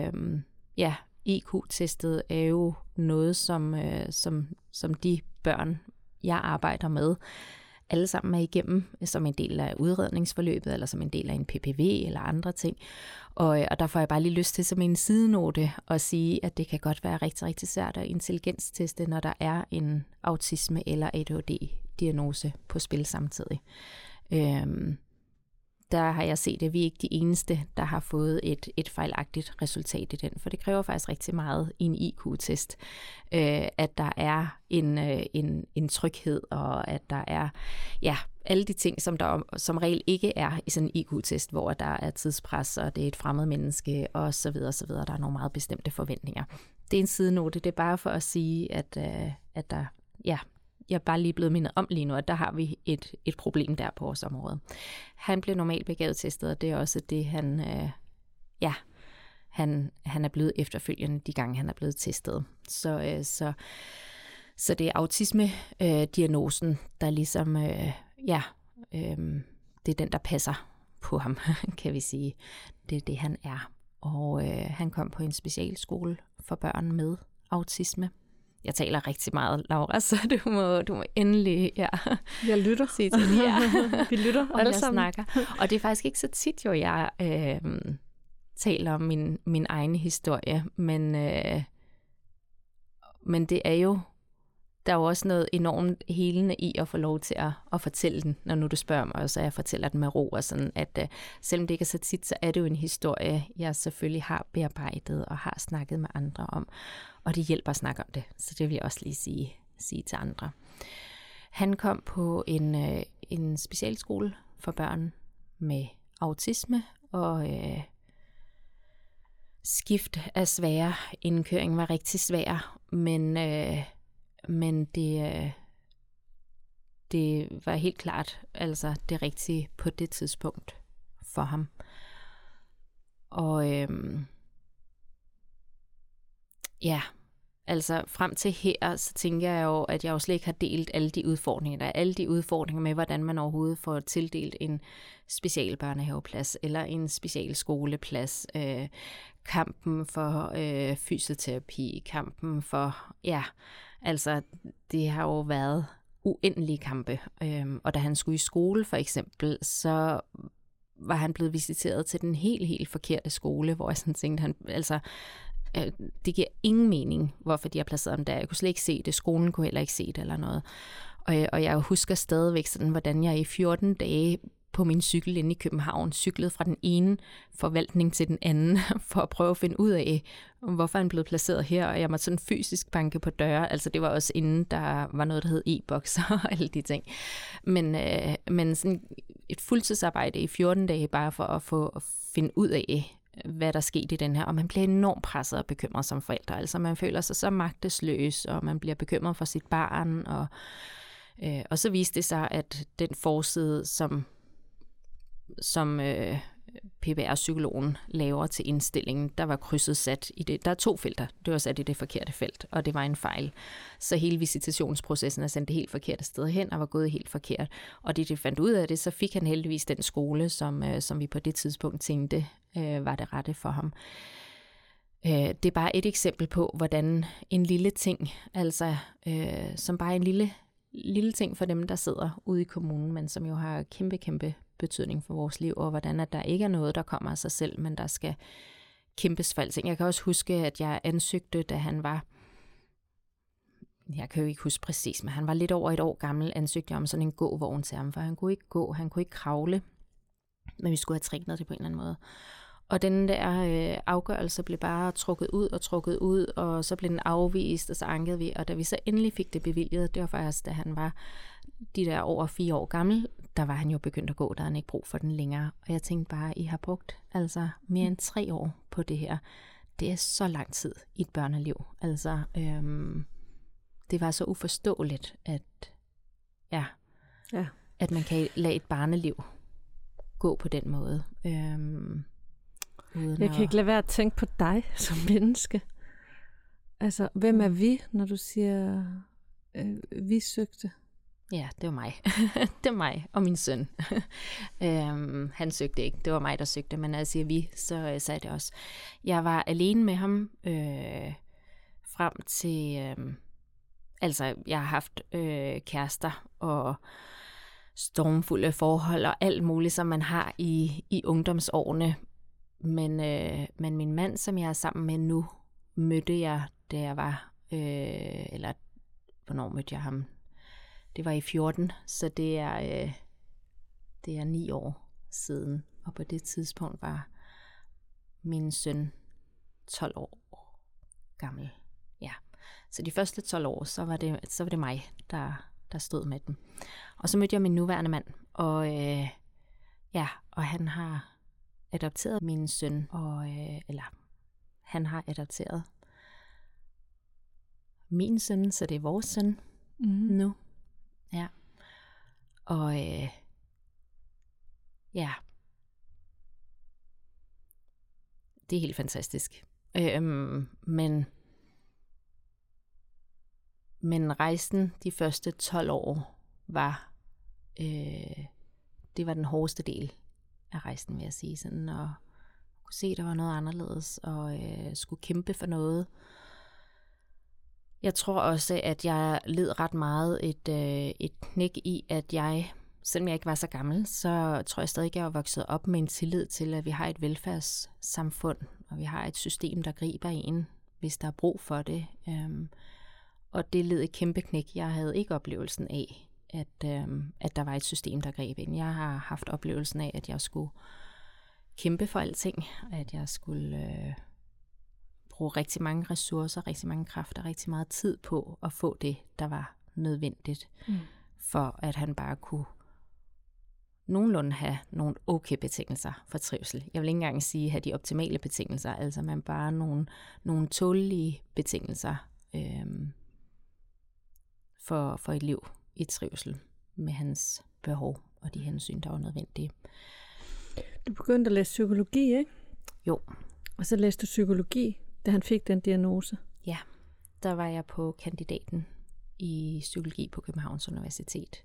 IQ-testet er jo noget, som de børn, jeg arbejder med, alle sammen er igennem som en del af udredningsforløbet, eller som en del af en PPV eller andre ting. Og der får jeg bare lige lyst til som en sidenote at sige, at det kan godt være rigtig, rigtig svært at intelligensteste, når der er en autisme eller ADHD-diagnose på spil samtidig. Der har jeg set, at vi er ikke de eneste, der har fået et fejlagtigt resultat i den, for det kræver faktisk rigtig meget i en IQ-test, at der er en tryghed, og at der er alle de ting, som der som regel ikke er i sådan en IQ-test, hvor der er tidspres, og det er et fremmed menneske, og så videre, så videre. Der er nogle meget bestemte forventninger. Det er en sidenote, det er bare for at sige, at der, jeg er bare lige blevet mindet om lige nu, at der har vi et problem der på vores område. Han blev normalt begavet testet, og det er også det, han er blevet efterfølgende, de gange han er blevet testet. Så det er autisme-diagnosen, der ligesom, det er den, der passer på ham, kan vi sige. Det er det, han er. Og han kom på en specialskole for børn med autisme. Jeg taler rigtig meget, Laura, så du må endelig jeg lytter. Sige til det. Ja. Vi lytter og jeg snakker. Og det er faktisk ikke så tit, jo jeg taler om min egen historie, men det er jo, der er jo også noget enormt helende i at få lov til at fortælle den, når nu du spørger mig, og så jeg fortæller den med ro, og sådan, at selvom det ikke er så tit, så er det jo en historie, jeg selvfølgelig har bearbejdet og har snakket med andre om, og det hjælper at snakke om det, så det vil jeg også lige sige til andre. Han kom på en specialskole for børn med autisme, og skift af svære. Indkøringen var rigtig svær, men det var helt klart altså det rigtige på det tidspunkt for ham. Og altså frem til her, så tænker jeg jo, at jeg jo slet ikke har delt alle de udfordringer. Der er alle de udfordringer med, hvordan man overhovedet får tildelt en specialbørnehaveplads eller en specialskoleplads. Kampen for fysioterapi, kampen for, altså det har jo været uendelige kampe. Og da han skulle i skole for eksempel, så var han blevet visiteret til den helt forkerte skole, hvor jeg sådan tænkte, det giver ingen mening, hvorfor de har placeret ham der. Jeg kunne slet ikke se det. Skolen kunne heller ikke se det eller noget. Og jeg husker stadigvæk sådan, hvordan jeg i 14 dage på min cykel inde i København cyklede fra den ene forvaltning til den anden for at prøve at finde ud af, hvorfor han blev placeret her. Og jeg måtte sådan fysisk banke på døre. Altså det var også inden der var noget, der hed e-boks og alle de ting. Men sådan et fuldtidsarbejde i 14 dage bare for at finde ud af, hvad der skete i den her, og man bliver enormt presset og bekymret som forældre. Altså man føler sig så magtesløs, og man bliver bekymret for sit barn, og så viste det sig, at den forside, som PBR-psykologen laver til indstillingen, der var krydset sat i det. Der er 2 felter. Det var sat i det forkerte felt, og det var en fejl. Så hele visitationsprocessen er sendt det helt forkerte sted hen, og var gået helt forkert. Og det fandt ud af det, så fik han heldigvis den skole, som vi på det tidspunkt tænkte, var det rette for ham. Det er bare et eksempel på, hvordan en lille ting, altså som bare en lille ting for dem, der sidder ude i kommunen, men som jo har kæmpe betydning for vores liv, og hvordan at der ikke er noget, der kommer af sig selv, men der skal kæmpes for alting. Jeg kan også huske, at jeg ansøgte, da han var, jeg kan jo ikke huske præcis, men han var lidt over 1 år gammel, ansøgte jeg om sådan en gåvogn til ham, for han kunne ikke gå, han kunne ikke kravle, men vi skulle have trænet det på en eller anden måde. Og den der afgørelse blev bare trukket ud, og så blev den afvist, og så ankede vi. Og da vi så endelig fik det bevilget, det var faktisk, da han var de der over 4 år gammel, der var han jo begyndt at gå, der havde han ikke brug for den længere. Og jeg tænkte bare, I har brugt altså mere end 3 år på det her. Det er så lang tid i et børneliv. Altså, det var så uforståeligt, at man kan lade et barneliv gå på den måde. Jeg kan ikke lade være at tænke på dig som menneske. Altså, hvem er vi, når du siger, vi søgte? Ja, det var mig. Det var mig og min søn. Han søgte ikke. Det var mig, der søgte. Men når jeg siger vi, så sagde det også. Jeg var alene med ham frem til... altså, jeg har haft kærester og stormfulde forhold og alt muligt, som man har i ungdomsårene. Men min mand, som jeg er sammen med nu, mødte jeg, da jeg var... eller hvornår mødte jeg ham? Det var i 14, så det er 9 år siden. Og på det tidspunkt var min søn 12 år gammel. Ja. Så de første 12 år, så var det mig, der stod med dem. Og så mødte jeg min nuværende mand, og han har adopteret min søn, eller han har adopteret min søn, så det er vores søn nu. Ja. Og det er helt fantastisk. Men rejsen de første 12 år var, det var den hårdeste del af rejsen, vil jeg sige. Sådan at kunne se, at der var noget anderledes, og skulle kæmpe for noget. Jeg tror også, at jeg led ret meget et knæk i, at jeg, selvom jeg ikke var så gammel, så tror jeg stadig, at jeg er vokset op med en tillid til, at vi har et velfærdssamfund, og vi har et system, der griber en, hvis der er brug for det. Og det led et kæmpe knæk. Jeg havde ikke oplevelsen af, at der var et system, der greb ind. Jeg har haft oplevelsen af, at jeg skulle kæmpe for alting, at jeg skulle bruge rigtig mange ressourcer, rigtig mange kræfter, rigtig meget tid på at få det, der var nødvendigt, for at han bare kunne nogenlunde have nogle okay betingelser for trivsel. Jeg vil ikke engang sige, have de optimale betingelser, altså man bare nogle tålelige betingelser for et liv i trivsel med hans behov og de hensyn, der var nødvendige. Du begyndte at læse psykologi, ikke? Jo. Og så læste du psykologi, da han fik den diagnose? Ja, der var jeg på kandidaten i psykologi på Københavns Universitet.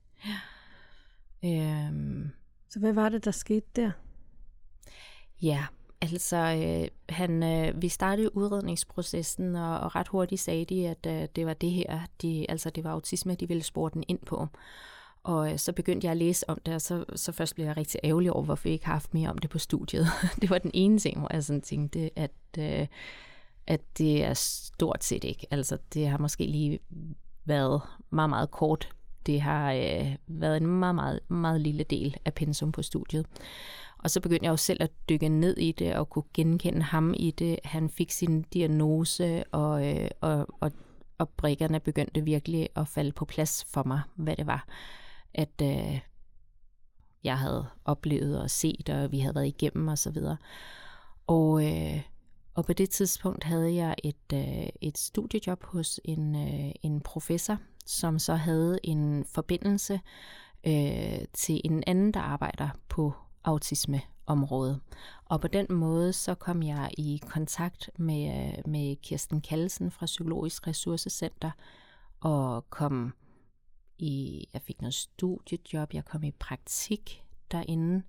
Så hvad var det, der skete der? Ja, altså vi startede udredningsprocessen, og ret hurtigt sagde de, at det var det her, det var autisme, de ville spore den ind på. Og så begyndte jeg at læse om det, og så først blev jeg rigtig ærgerlig over, hvorfor jeg ikke har haft mere om det på studiet. Det var den ene ting, hvor jeg sådan tænkte, at det er stort set ikke. Altså det har måske lige været meget, meget kort. Det har været en meget, meget, meget lille del af pensum på studiet. Og så begyndte jeg jo selv at dykke ned i det, og kunne genkende ham i det. Han fik sin diagnose, og brikkerne begyndte virkelig at falde på plads for mig, hvad det var, at jeg havde oplevet og set, og vi havde været igennem og så videre. Og på det tidspunkt havde jeg et studiejob hos en professor, som så havde en forbindelse til en anden, der arbejder på autismeområdet. Og på den måde så kom jeg i kontakt med Kirsten Kallesen fra Psykologisk Ressourcecenter, og jeg fik noget studiejob, jeg kom i praktik derinde,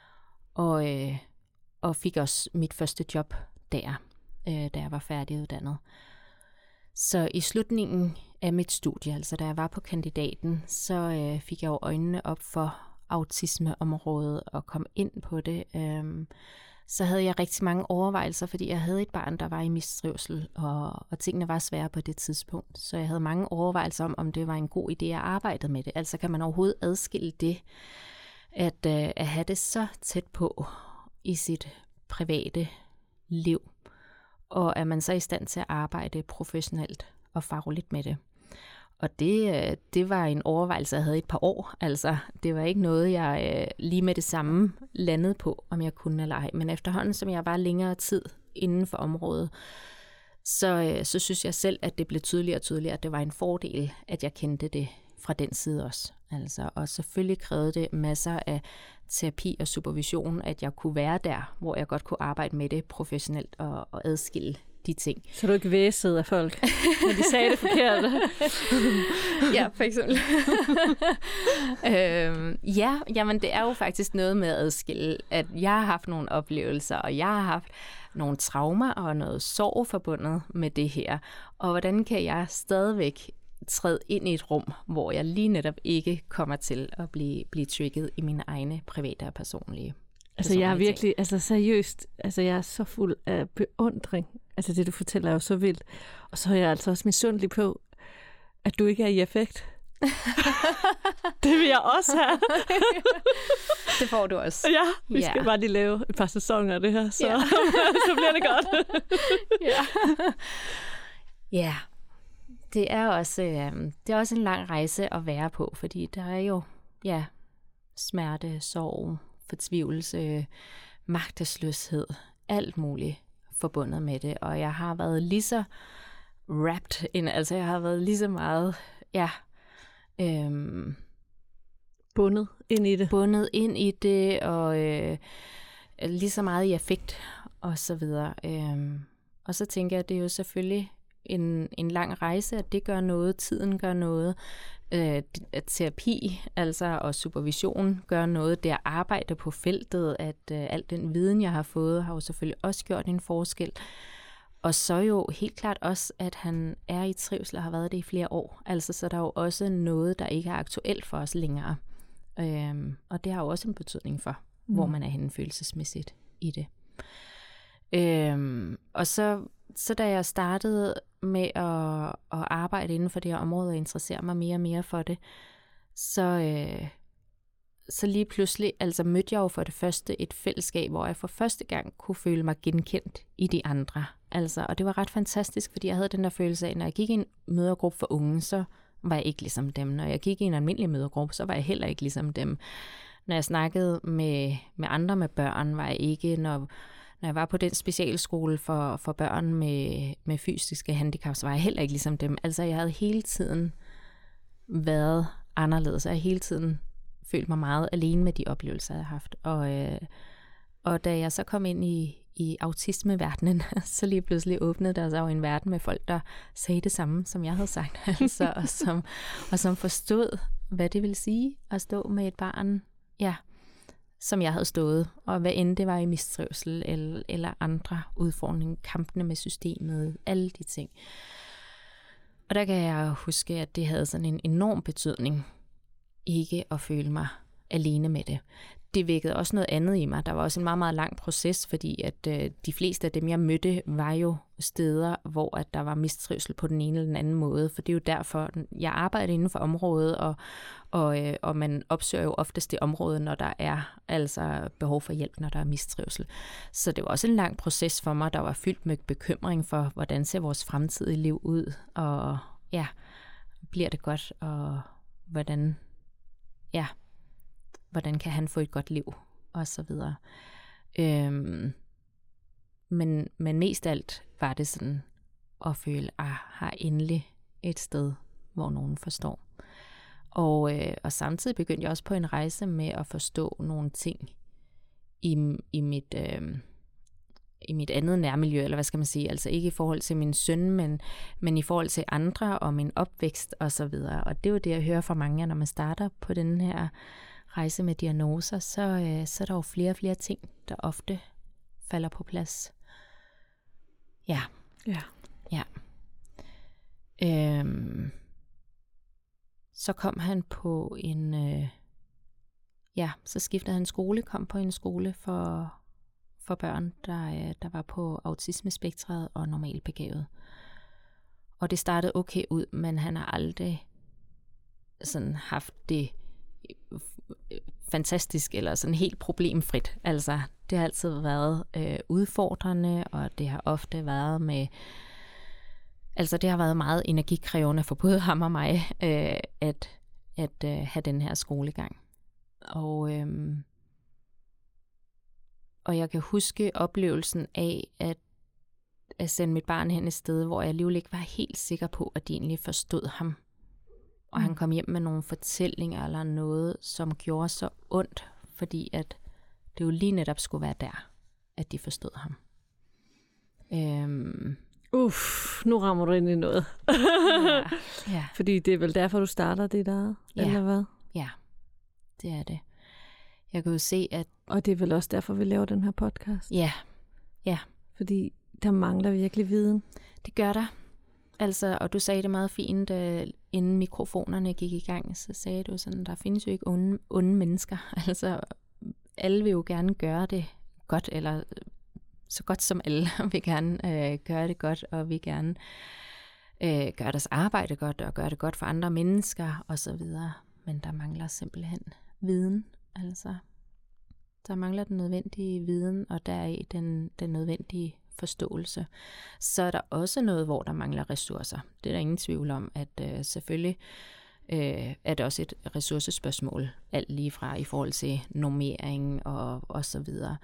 og fik også mit første job der, da jeg var færdiguddannet. Så i slutningen af mit studie, altså da jeg var på kandidaten, så fik jeg jo øjnene op for autismeområdet og kom ind på det. Så havde jeg rigtig mange overvejelser, fordi jeg havde et barn, der var i mistrivsel, og tingene var svære på det tidspunkt. Så jeg havde mange overvejelser om det var en god idé at arbejde med det. Altså kan man overhovedet adskille det, at have det så tæt på i sit private liv, og er man så i stand til at arbejde professionelt og fagligt med det. Og det var en overvejelse, jeg havde et par år. Altså, det var ikke noget, jeg lige med det samme landede på, om jeg kunne eller ej. Men efterhånden, som jeg var længere tid inden for området, så synes jeg selv, at det blev tydeligere og tydeligere, at det var en fordel, at jeg kendte det fra den side også. Altså, og selvfølgelig krævede det masser af terapi og supervision, at jeg kunne være der, hvor jeg godt kunne arbejde med det professionelt og adskille de ting. Så du ikke væsede af folk, når de sagde det forkert? Ja, for eksempel. Jamen det er jo faktisk noget med at adskille, at jeg har haft nogle oplevelser, og jeg har haft nogle traumer og noget sorg forbundet med det her. Og hvordan kan jeg stadigvæk træde ind i et rum, hvor jeg lige netop ikke kommer til at blive trigget i mine egne private og personlige. Altså jeg er virkelig, altså seriøst, altså jeg er så fuld af beundring. Altså det du fortæller er jo så vildt. Og så er jeg altså også misundelig på, at du ikke er i affekt. Det vil jeg også have. Det får du også. Ja, vi skal bare lige lave et par sæsoner af det her, så, så bliver det godt. Ja, det er også en lang rejse at være på, fordi der er jo smerte, sorg, fortvivlelse, magtesløshed, alt muligt forbundet med det. Og jeg har været lige så wrapped ind, altså jeg har været lige så meget, bundet ind i det. Bundet ind i det, og lige så meget i affekt, og så videre. Og så tænker jeg, at det er jo selvfølgelig en lang rejse, at det gør noget, tiden gør noget, at terapi altså og supervision gør noget, det at arbejde på feltet, at al den viden, jeg har fået, har jo selvfølgelig også gjort en forskel. Og så jo helt klart også, at han er i trivsel og har været det i flere år. Altså, så der er jo også noget, der ikke er aktuelt for os længere. Og det har jo også en betydning for, hvor man er henne følelsesmæssigt i det. Og så da jeg startede med at arbejde inden for det her område og interessere mig mere og mere for det, så lige pludselig altså mødte jeg jo for det første et fællesskab, hvor jeg for første gang kunne føle mig genkendt i de andre. Altså, og det var ret fantastisk, fordi jeg havde den der følelse af, når jeg gik i en mødergruppe for unge, så var jeg ikke ligesom dem. Når jeg gik i en almindelig mødergruppe, så var jeg heller ikke ligesom dem. Når jeg snakkede med andre med børn, var jeg ikke. Når jeg var på den specialskole for børn med fysiske handicaps, så var jeg heller ikke ligesom dem. Altså, jeg havde hele tiden været anderledes, og jeg hele tiden følt mig meget alene med de oplevelser, jeg har haft. Og da jeg så kom ind i autismeverdenen, så lige pludselig åbnede der sig jo en verden med folk, der sagde det samme, som jeg havde sagt, altså, og som forstod, hvad det vil sige at stå med et barn, som jeg havde stået, og hvad end det var i mistrivsel eller andre udfordringer, kampene med systemet, alle de ting. Og der kan jeg huske, at det havde sådan en enorm betydning, ikke at føle mig alene med det. Det vækkede også noget andet i mig. Der var også en meget, meget lang proces, fordi at de fleste af dem, jeg mødte, var jo steder, hvor at der var mistrivsel på den ene eller den anden måde. For det er jo derfor, jeg arbejder inden for området, og man opsøger jo oftest det område, når der er altså behov for hjælp, når der er mistrivsel. Så det var også en lang proces for mig, der var fyldt med bekymring for, hvordan ser vores fremtidige liv ud, og bliver det godt, og hvordan kan han få et godt liv, og så videre. Men mest alt var det sådan at føle, har endelig et sted, hvor nogen forstår. Og samtidig begyndte jeg også på en rejse med at forstå nogle ting i mit andet nærmiljø, eller hvad skal man sige, altså ikke i forhold til min søn, men i forhold til andre og min opvækst og så videre. Og det er jo det, jeg hører fra mange, når man starter på den her rejse med diagnoser, så er der jo flere og flere ting, der ofte falder på plads. Ja. Så kom han på så skiftede han skole, kom på en skole for børn, der var på autismespektret og normalbegavet. Og det startede okay ud, men han har aldrig sådan haft det fantastisk eller sådan helt problemfrit. Altså, det har altid været udfordrende, og det har ofte været det har været meget energikrævende for både ham og mig, at have den her skolegang. Og jeg kan huske oplevelsen af at sende mit barn hen et sted, hvor jeg alligevel ikke var helt sikker på, at de egentlig forstod ham. Og han kom hjem med nogle fortællinger eller noget, som gjorde så ondt, fordi at det jo lige netop skulle være der, at de forstod ham. Nu rammer du ind i noget. Ja. Fordi det er vel derfor, du starter det der, eller hvad? Ja, det er det. Jeg kan jo se, at... Og det er vel også derfor, vi laver den her podcast? Ja. Fordi der mangler virkelig viden. Det gør der. Altså, og du sagde det meget fint, inden mikrofonerne gik i gang, så sagde du sådan, der findes jo ikke onde mennesker. Altså, alle vil jo gerne gøre det godt, eller så godt som alle vil gerne gøre det godt, og vil gerne gøre deres arbejde godt, og gøre det godt for andre mennesker, og så videre. Men der mangler simpelthen viden. Altså, der mangler den nødvendige viden, og der er den nødvendige forståelse. Så er der også noget, hvor der mangler ressourcer. Det er der ingen tvivl om, at selvfølgelig er det også et ressourcespørgsmål, alt lige fra i forhold til normering og så videre.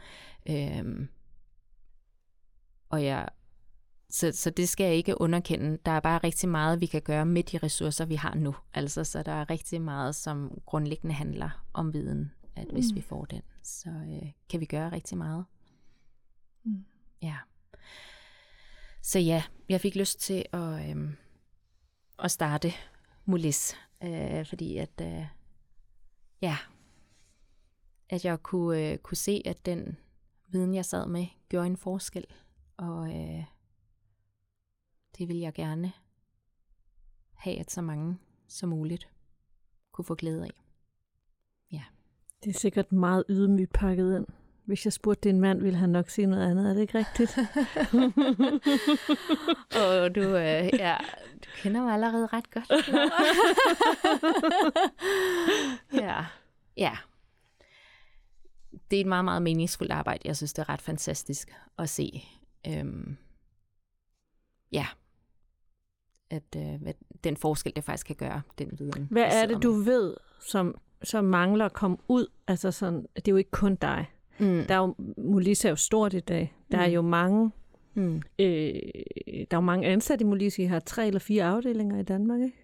Så det skal jeg ikke underkende. Der er bare rigtig meget, vi kan gøre med de ressourcer, vi har nu. Altså, så der er rigtig meget, som grundlæggende handler om viden, at hvis vi får den, så kan vi gøre rigtig meget. Ja. Så ja, jeg fik lyst til at starte Mulis, fordi at jeg kunne se, at den viden, jeg sad med, gjorde en forskel, og det vil jeg gerne have, at så mange som muligt kunne få glæde af. Ja. Det er sikkert meget ydmygt pakket ind. Hvis jeg spurgte din mand, ville han nok sige noget andet. Er det ikke rigtigt? Og du kender mig allerede ret godt. Ja. Det er et meget, meget meningsfuldt arbejde. Jeg synes, det er ret fantastisk at se. At den forskel, det faktisk kan gøre, den viden. Hvad er det, du ved, som mangler at komme ud? Altså sådan, det er jo ikke kun dig. Der er jo, Mulis er jo stort i dag. Der er jo mange, der er jo mange ansatte i Mulis. I har 3 eller 4 afdelinger i Danmark, ikke?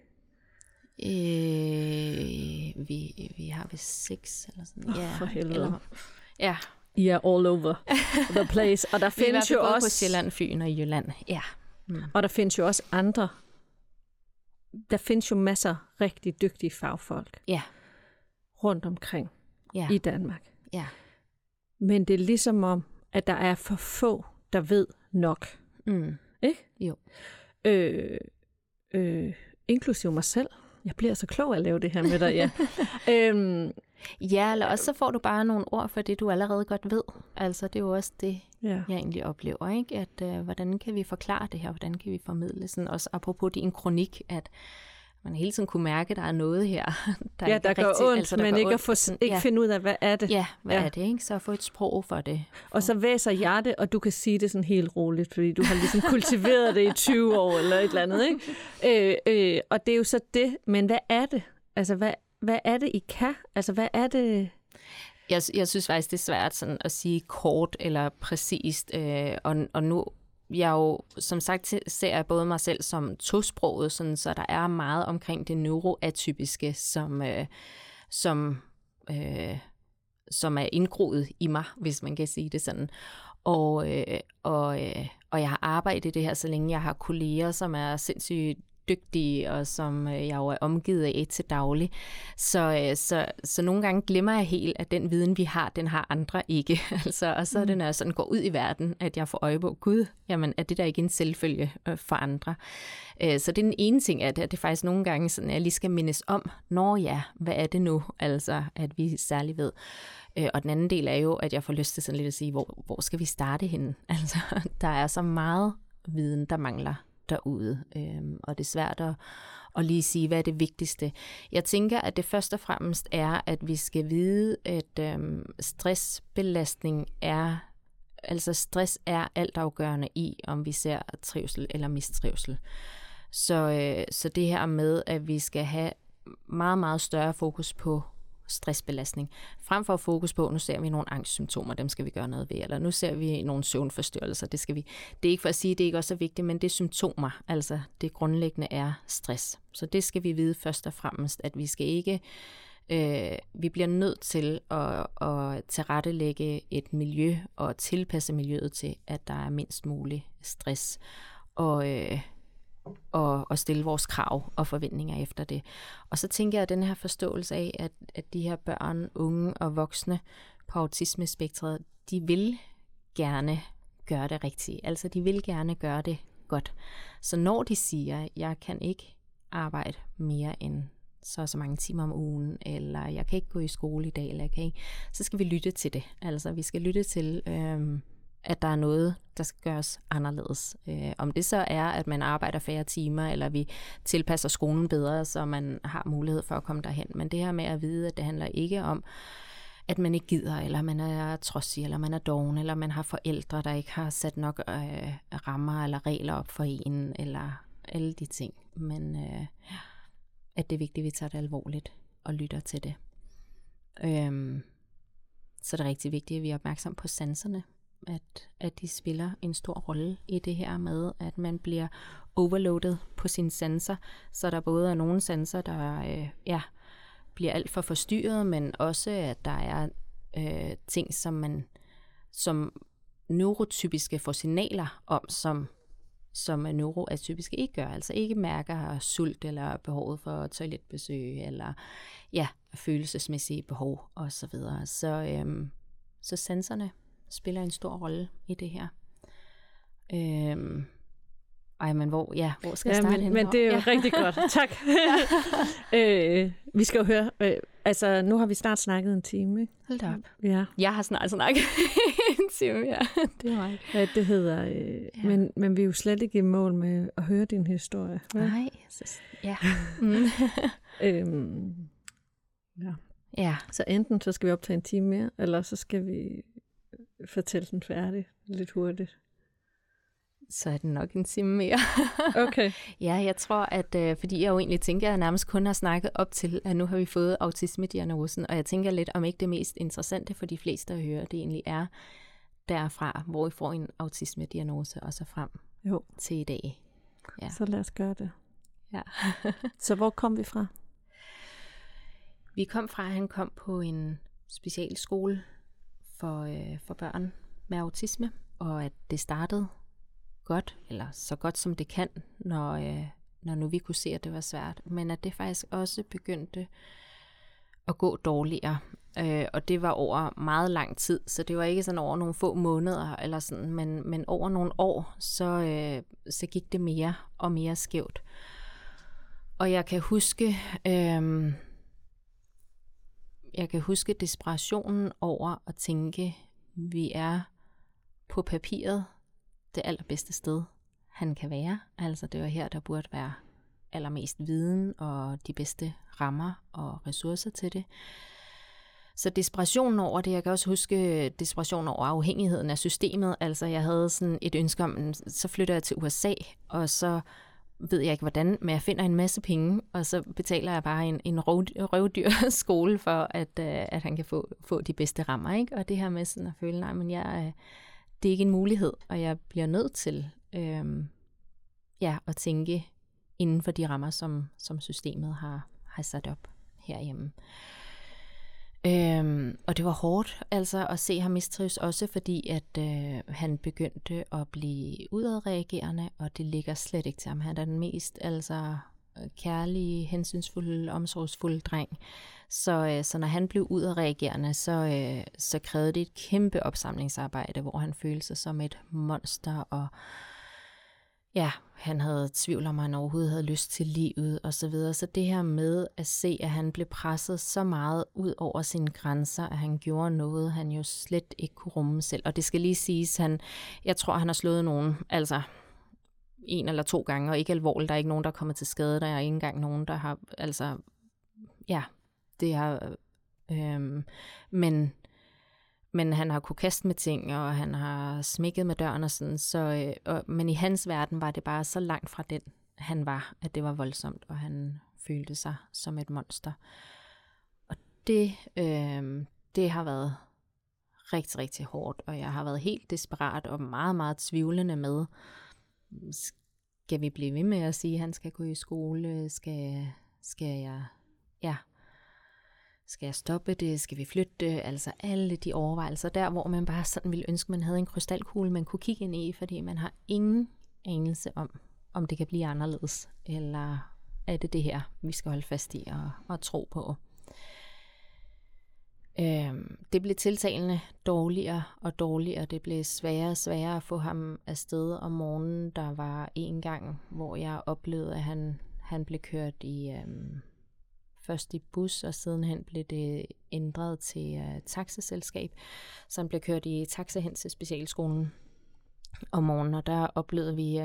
Vi har vist 6 eller sådan. For helvede. Ja. I er all over the place. Og der findes jo også på Sjælland, Fyn og Jylland. Ja. Og der findes jo også andre. Der findes jo masser rigtig dygtige fagfolk. Ja. Rundt omkring i Danmark. Ja. Men det er ligesom om, at der er for få, der ved nok. Ikke? Jo. Inklusive mig selv. Jeg bliver så klog at lave det her med dig, ja. Ja, eller også så får du bare nogle ord for det, du allerede godt ved. Altså, det er jo også det, jeg egentlig oplever, ikke? At hvordan kan vi forklare det her? Hvordan kan vi formidle? Sådan også apropos din kronik, at man hele tiden kunne mærke, at der er noget her, der der gør rigtig, ondt, altså, men ikke finde ud af, hvad er det? Ja, hvad er det, ikke? Så få et sprog for det. Og så væser jeg det, og du kan sige det sådan helt roligt, fordi du har ligesom kultiveret det i 20 år eller et eller andet, ikke? Og det er jo så det, men hvad er det? Altså, hvad er det, I kan? Altså, hvad er det? Jeg synes faktisk, det er svært sådan at sige kort eller præcist, og nu... Jeg jo, som sagt, ser jeg både mig selv som tosproget, sådan, så der er meget omkring det neuroatypiske, som er indgroet i mig, hvis man kan sige det sådan. Og jeg har arbejdet i det her, så længe jeg har kolleger, som er sindssygt dygtige, og som jeg jo er omgivet af til daglig. Så nogle gange glemmer jeg helt, at den viden, vi har, den har andre ikke. Altså, og så er det, når jeg sådan går ud i verden, at jeg får øje på, gud, jamen, er det der ikke en selvfølge for andre? Så det er den ene ting, at det faktisk nogle gange, sådan, at jeg lige skal mindes om, hvad er det nu? Altså, at vi særligt ved. Og den anden del er jo, at jeg får lyst til sådan lidt at sige, hvor skal vi starte henne? Altså, der er så meget viden, der mangler derude, og det er svært at lige sige, hvad er det vigtigste. Jeg tænker, at det først og fremmest er, at vi skal vide, at stressbelastning stress er altafgørende i, om vi ser trivsel eller mistrivsel. Så det her med, at vi skal have meget, meget større fokus på stressbelastning. Frem for at fokus på, nu ser vi nogle angstsymptomer, dem skal vi gøre noget ved, eller nu ser vi nogle søvnforstyrrelser, det er ikke for at sige, at det ikke også er vigtigt, men det er symptomer, altså det grundlæggende er stress. Så det skal vi vide først og fremmest, at vi skal ikke, vi bliver nødt til at tilrettelægge et miljø og tilpasse miljøet til, at der er mindst mulig stress, og stille vores krav og forventninger efter det. Og så tænker jeg, at den her forståelse af, at de her børn, unge og voksne på autismespektret, de vil gerne gøre det rigtigt. Altså, de vil gerne gøre det godt. Så når de siger, at jeg kan ikke arbejde mere end så mange timer om ugen, eller jeg kan ikke gå i skole i dag, eller jeg kan ikke, så skal vi lytte til det. Altså, vi skal lytte til, at der er noget, der skal gøres anderledes. Om det så er, at man arbejder færre timer, eller vi tilpasser skolen bedre, så man har mulighed for at komme derhen. Men det her med at vide, at det handler ikke om, at man ikke gider, eller man er trodsig, eller man er doven, eller man har forældre, der ikke har sat nok rammer eller regler op for en, eller alle de ting. Men at det er vigtigt, at vi tager det alvorligt og lytter til det. Så det er rigtig vigtigt, at vi er opmærksom på sanserne, at de spiller en stor rolle i det her med, at man bliver overloadet på sine sanser, så der både er nogle sanser, der bliver alt for forstyrret, men også at der er ting, som neurotypiske får signaler om, som neuroatypiske ikke gør, altså ikke mærker sult eller behovet for toiletbesøg, eller følelsesmæssige behov osv. Så sanserne spiller en stor rolle i det her. Men hvor skal jeg starte henne? Men det er jo rigtig godt. Tak. Vi skal jo høre, nu har vi snart snakket en time, ikke? Hold da op. Ja. Jeg har snart snakket en time, ja. Det er mig. Ja, det hedder, men vi er jo slet ikke i mål med at høre din historie. Nej. Ja. Ja. Så enten så skal vi optage en time mere, eller så skal vi fortælle den færdig lidt hurtigt. Så er det nok en time mere. Okay. Ja, jeg tror, at fordi jeg jo egentlig tænker, at jeg nærmest kun har snakket op til, at nu har vi fået autisme-diagnosen, og jeg tænker lidt, om ikke det mest interessante for de fleste at høre, det egentlig er derfra, hvor vi får en autisme-diagnose, og så frem til i dag. Ja. Så lad os gøre det. Ja. Så hvor kom vi fra? Vi kom fra, at han kom på en specialskole for børn med autisme, og at det startede godt, eller så godt som det kan, når nu vi kunne se, at det var svært, men at det faktisk også begyndte at gå dårligere, og det var over meget lang tid, så det var ikke sådan over nogle få måneder, eller sådan, men over nogle år, så gik det mere og mere skævt. Og jeg kan huske desperationen over at tænke, vi er på papiret det allerbedste sted, han kan være. Altså det var her, der burde være allermest viden og de bedste rammer og ressourcer til det. Så desperationen over det, jeg kan også huske desperationen over afhængigheden af systemet. Altså jeg havde sådan et ønske om, så flytter jeg til USA, og så ved jeg ikke hvordan, men jeg finder en masse penge, og så betaler jeg bare en røvdyr skole for, at han kan få de bedste rammer. Ikke? Og det her med sådan at føle, nej, men det er ikke en mulighed, og jeg bliver nødt til at tænke inden for de rammer, som systemet har sat op herhjemme. Og det var hårdt altså at se ham mistrives, også fordi at han begyndte at blive udadreagerende, og det ligger slet ikke til ham. Han er den mest kærlige, hensynsfulde, omsorgsfulde dreng. Så når han blev udadreagerende, så krævede det et kæmpe opsamlingsarbejde, hvor han følte sig som et monster, og han havde tvivl om, at han overhovedet havde lyst til livet og så videre. Så det her med at se, at han blev presset så meget ud over sine grænser, at han gjorde noget, han jo slet ikke kunne rumme selv. Og det skal lige siges, jeg tror, han har slået nogen, altså 1 eller 2 gange, og ikke alvorligt. Der er ikke nogen, der er kommet til skade. Der er ikke engang nogen, der har, det har, men han har kunne kaste med ting, og han har smækket med døren og sådan, men i hans verden var det bare så langt fra den, han var, at det var voldsomt, og han følte sig som et monster. Og det har været rigtig, rigtig hårdt, og jeg har været helt desperat og meget, meget tvivlende med, skal vi blive ved med at sige, at han skal gå i skole? Skal jeg stoppe det? Skal vi flytte det? Altså alle de overvejelser der, hvor man bare sådan ville ønske, man havde en krystalkugle, man kunne kigge ind i, fordi man har ingen anelse om det kan blive anderledes, eller er det her, vi skal holde fast i og tro på. Det blev tiltalende dårligere og dårligere. Det blev sværere og sværere at få ham afsted om morgenen. Der var en gang, hvor jeg oplevede, at han blev kørt først i bus, og sidenhen blev det ændret til taxaselskab. Så han blev kørt i taxa hen til specialskolen om morgenen, og der oplevede vi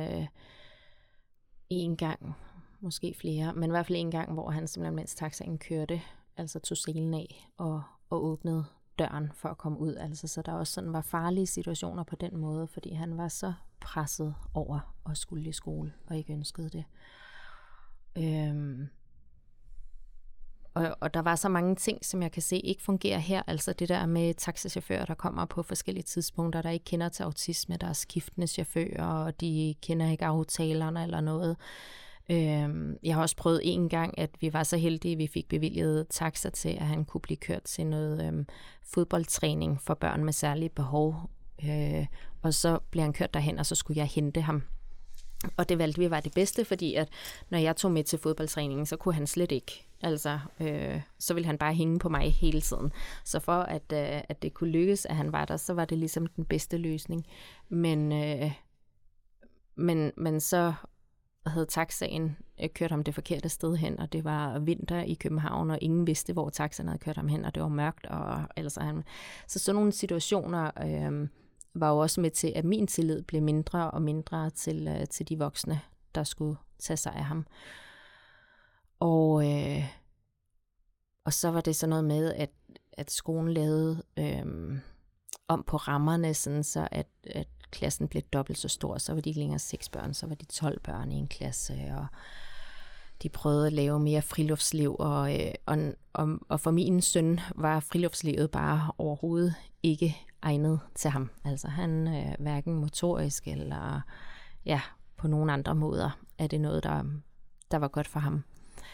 en gang, måske flere, men i hvert fald en gang, hvor han simpelthen, mens taxaen kørte, altså tog selen af og åbnede døren for at komme ud. Altså, så der også sådan var farlige situationer på den måde, fordi han var så presset over at skulle i skole og ikke ønskede det. Og der var så mange ting, som jeg kan se ikke fungerer her. Altså det der med taxachauffører, der kommer på forskellige tidspunkter, der ikke kender til autisme, der er skiftende chauffører, og de kender ikke aftalerne eller noget. Jeg har også prøvet en gang, at vi var så heldige, at vi fik bevilget taxa til, at han kunne blive kørt til noget fodboldtræning for børn med særlige behov. Og så blev han kørt derhen, og så skulle jeg hente ham. Og det valgte vi var det bedste, fordi at når jeg tog med til fodboldtræningen, så kunne han slet ikke. Altså, så ville han bare hænge på mig hele tiden. Så for at det kunne lykkes, at han var der, så var det ligesom den bedste løsning. Men så havde taxaen kørt ham det forkerte sted hen, og det var vinter i København, og ingen vidste, hvor taxaen havde kørt ham hen, og det var mørkt. Så sådan nogle situationer var jo også med til, at min tillid blev mindre og mindre til de voksne, der skulle tage sig af ham. Og så var det sådan noget med, at skolen lavede om på rammerne, sådan så at klassen blev dobbelt så stor. Så var de ikke længere 6 børn, så var de 12 børn i en klasse, og de prøvede at lave mere friluftsliv, og for min søn var friluftslivet bare overhovedet ikke egnet til ham. Altså han hverken motorisk eller på nogen andre måder er det noget, der var godt for ham.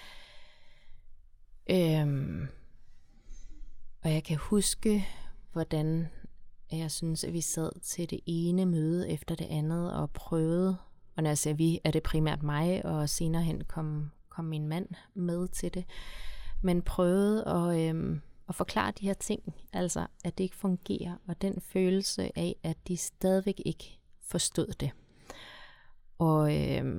Og jeg kan huske, hvordan jeg synes, at vi sad til det ene møde efter det andet og prøvede, og når jeg siger vi, er det primært mig, og senere hen kom min mand med til det, men prøvede at forklare de her ting, altså at det ikke fungerer, og den følelse af, at de stadigvæk ikke forstod det. Og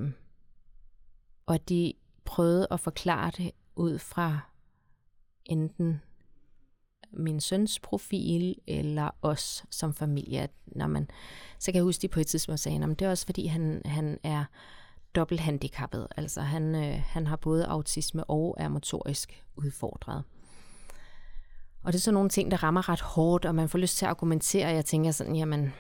de prøvede at forklare det ud fra enten min søns profil, eller os som familie. Så kan jeg huske, de på et tidspunkt sagde, at det er også fordi, han er dobbelt handicappet. Altså han har både autisme og er motorisk udfordret. Og det er sådan nogle ting, der rammer ret hårdt, og man får lyst til at argumentere, og jeg tænker sådan, jamen,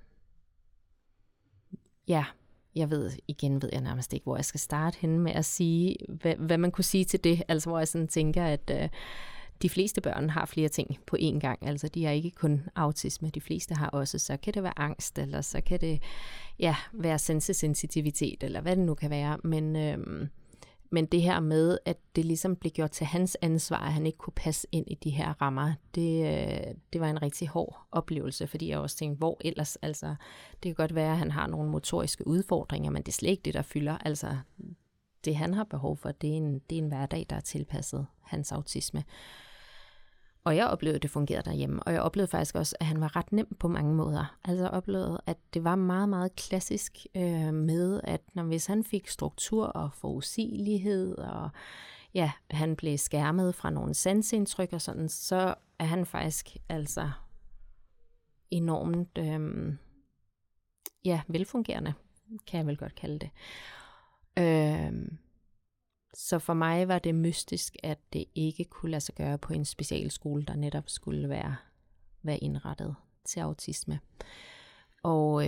jeg ved jeg nærmest ikke, hvor jeg skal starte henne med at sige, hvad man kunne sige til det. Altså hvor jeg sådan tænker, at de fleste børn har flere ting på én gang. Altså de har ikke kun autisme, de fleste har også. Så kan det være angst, eller så kan det være sensitivitet, eller hvad det nu kan være. Men det her med, at det ligesom blev gjort til hans ansvar, at han ikke kunne passe ind i de her rammer, det var en rigtig hård oplevelse, fordi jeg også tænkte, hvor ellers? Altså, det kan godt være, at han har nogle motoriske udfordringer, men det er slet ikke det, der fylder. Altså, det han har behov for, det er en hverdag, der er tilpasset hans autisme. Og jeg oplevede, at det fungerede derhjemme, og jeg oplevede faktisk også, at han var ret nem på mange måder. Altså jeg oplevede, at det var meget, meget klassisk med, at hvis han fik struktur og forudsigelighed, og han blev skærmet fra nogle sansindtryk og sådan, så er han faktisk altså enormt velfungerende, kan jeg vel godt kalde det. Så for mig var det mystisk, at det ikke kunne lade sig gøre på en specialskole, der netop skulle være indrettet til autisme. Og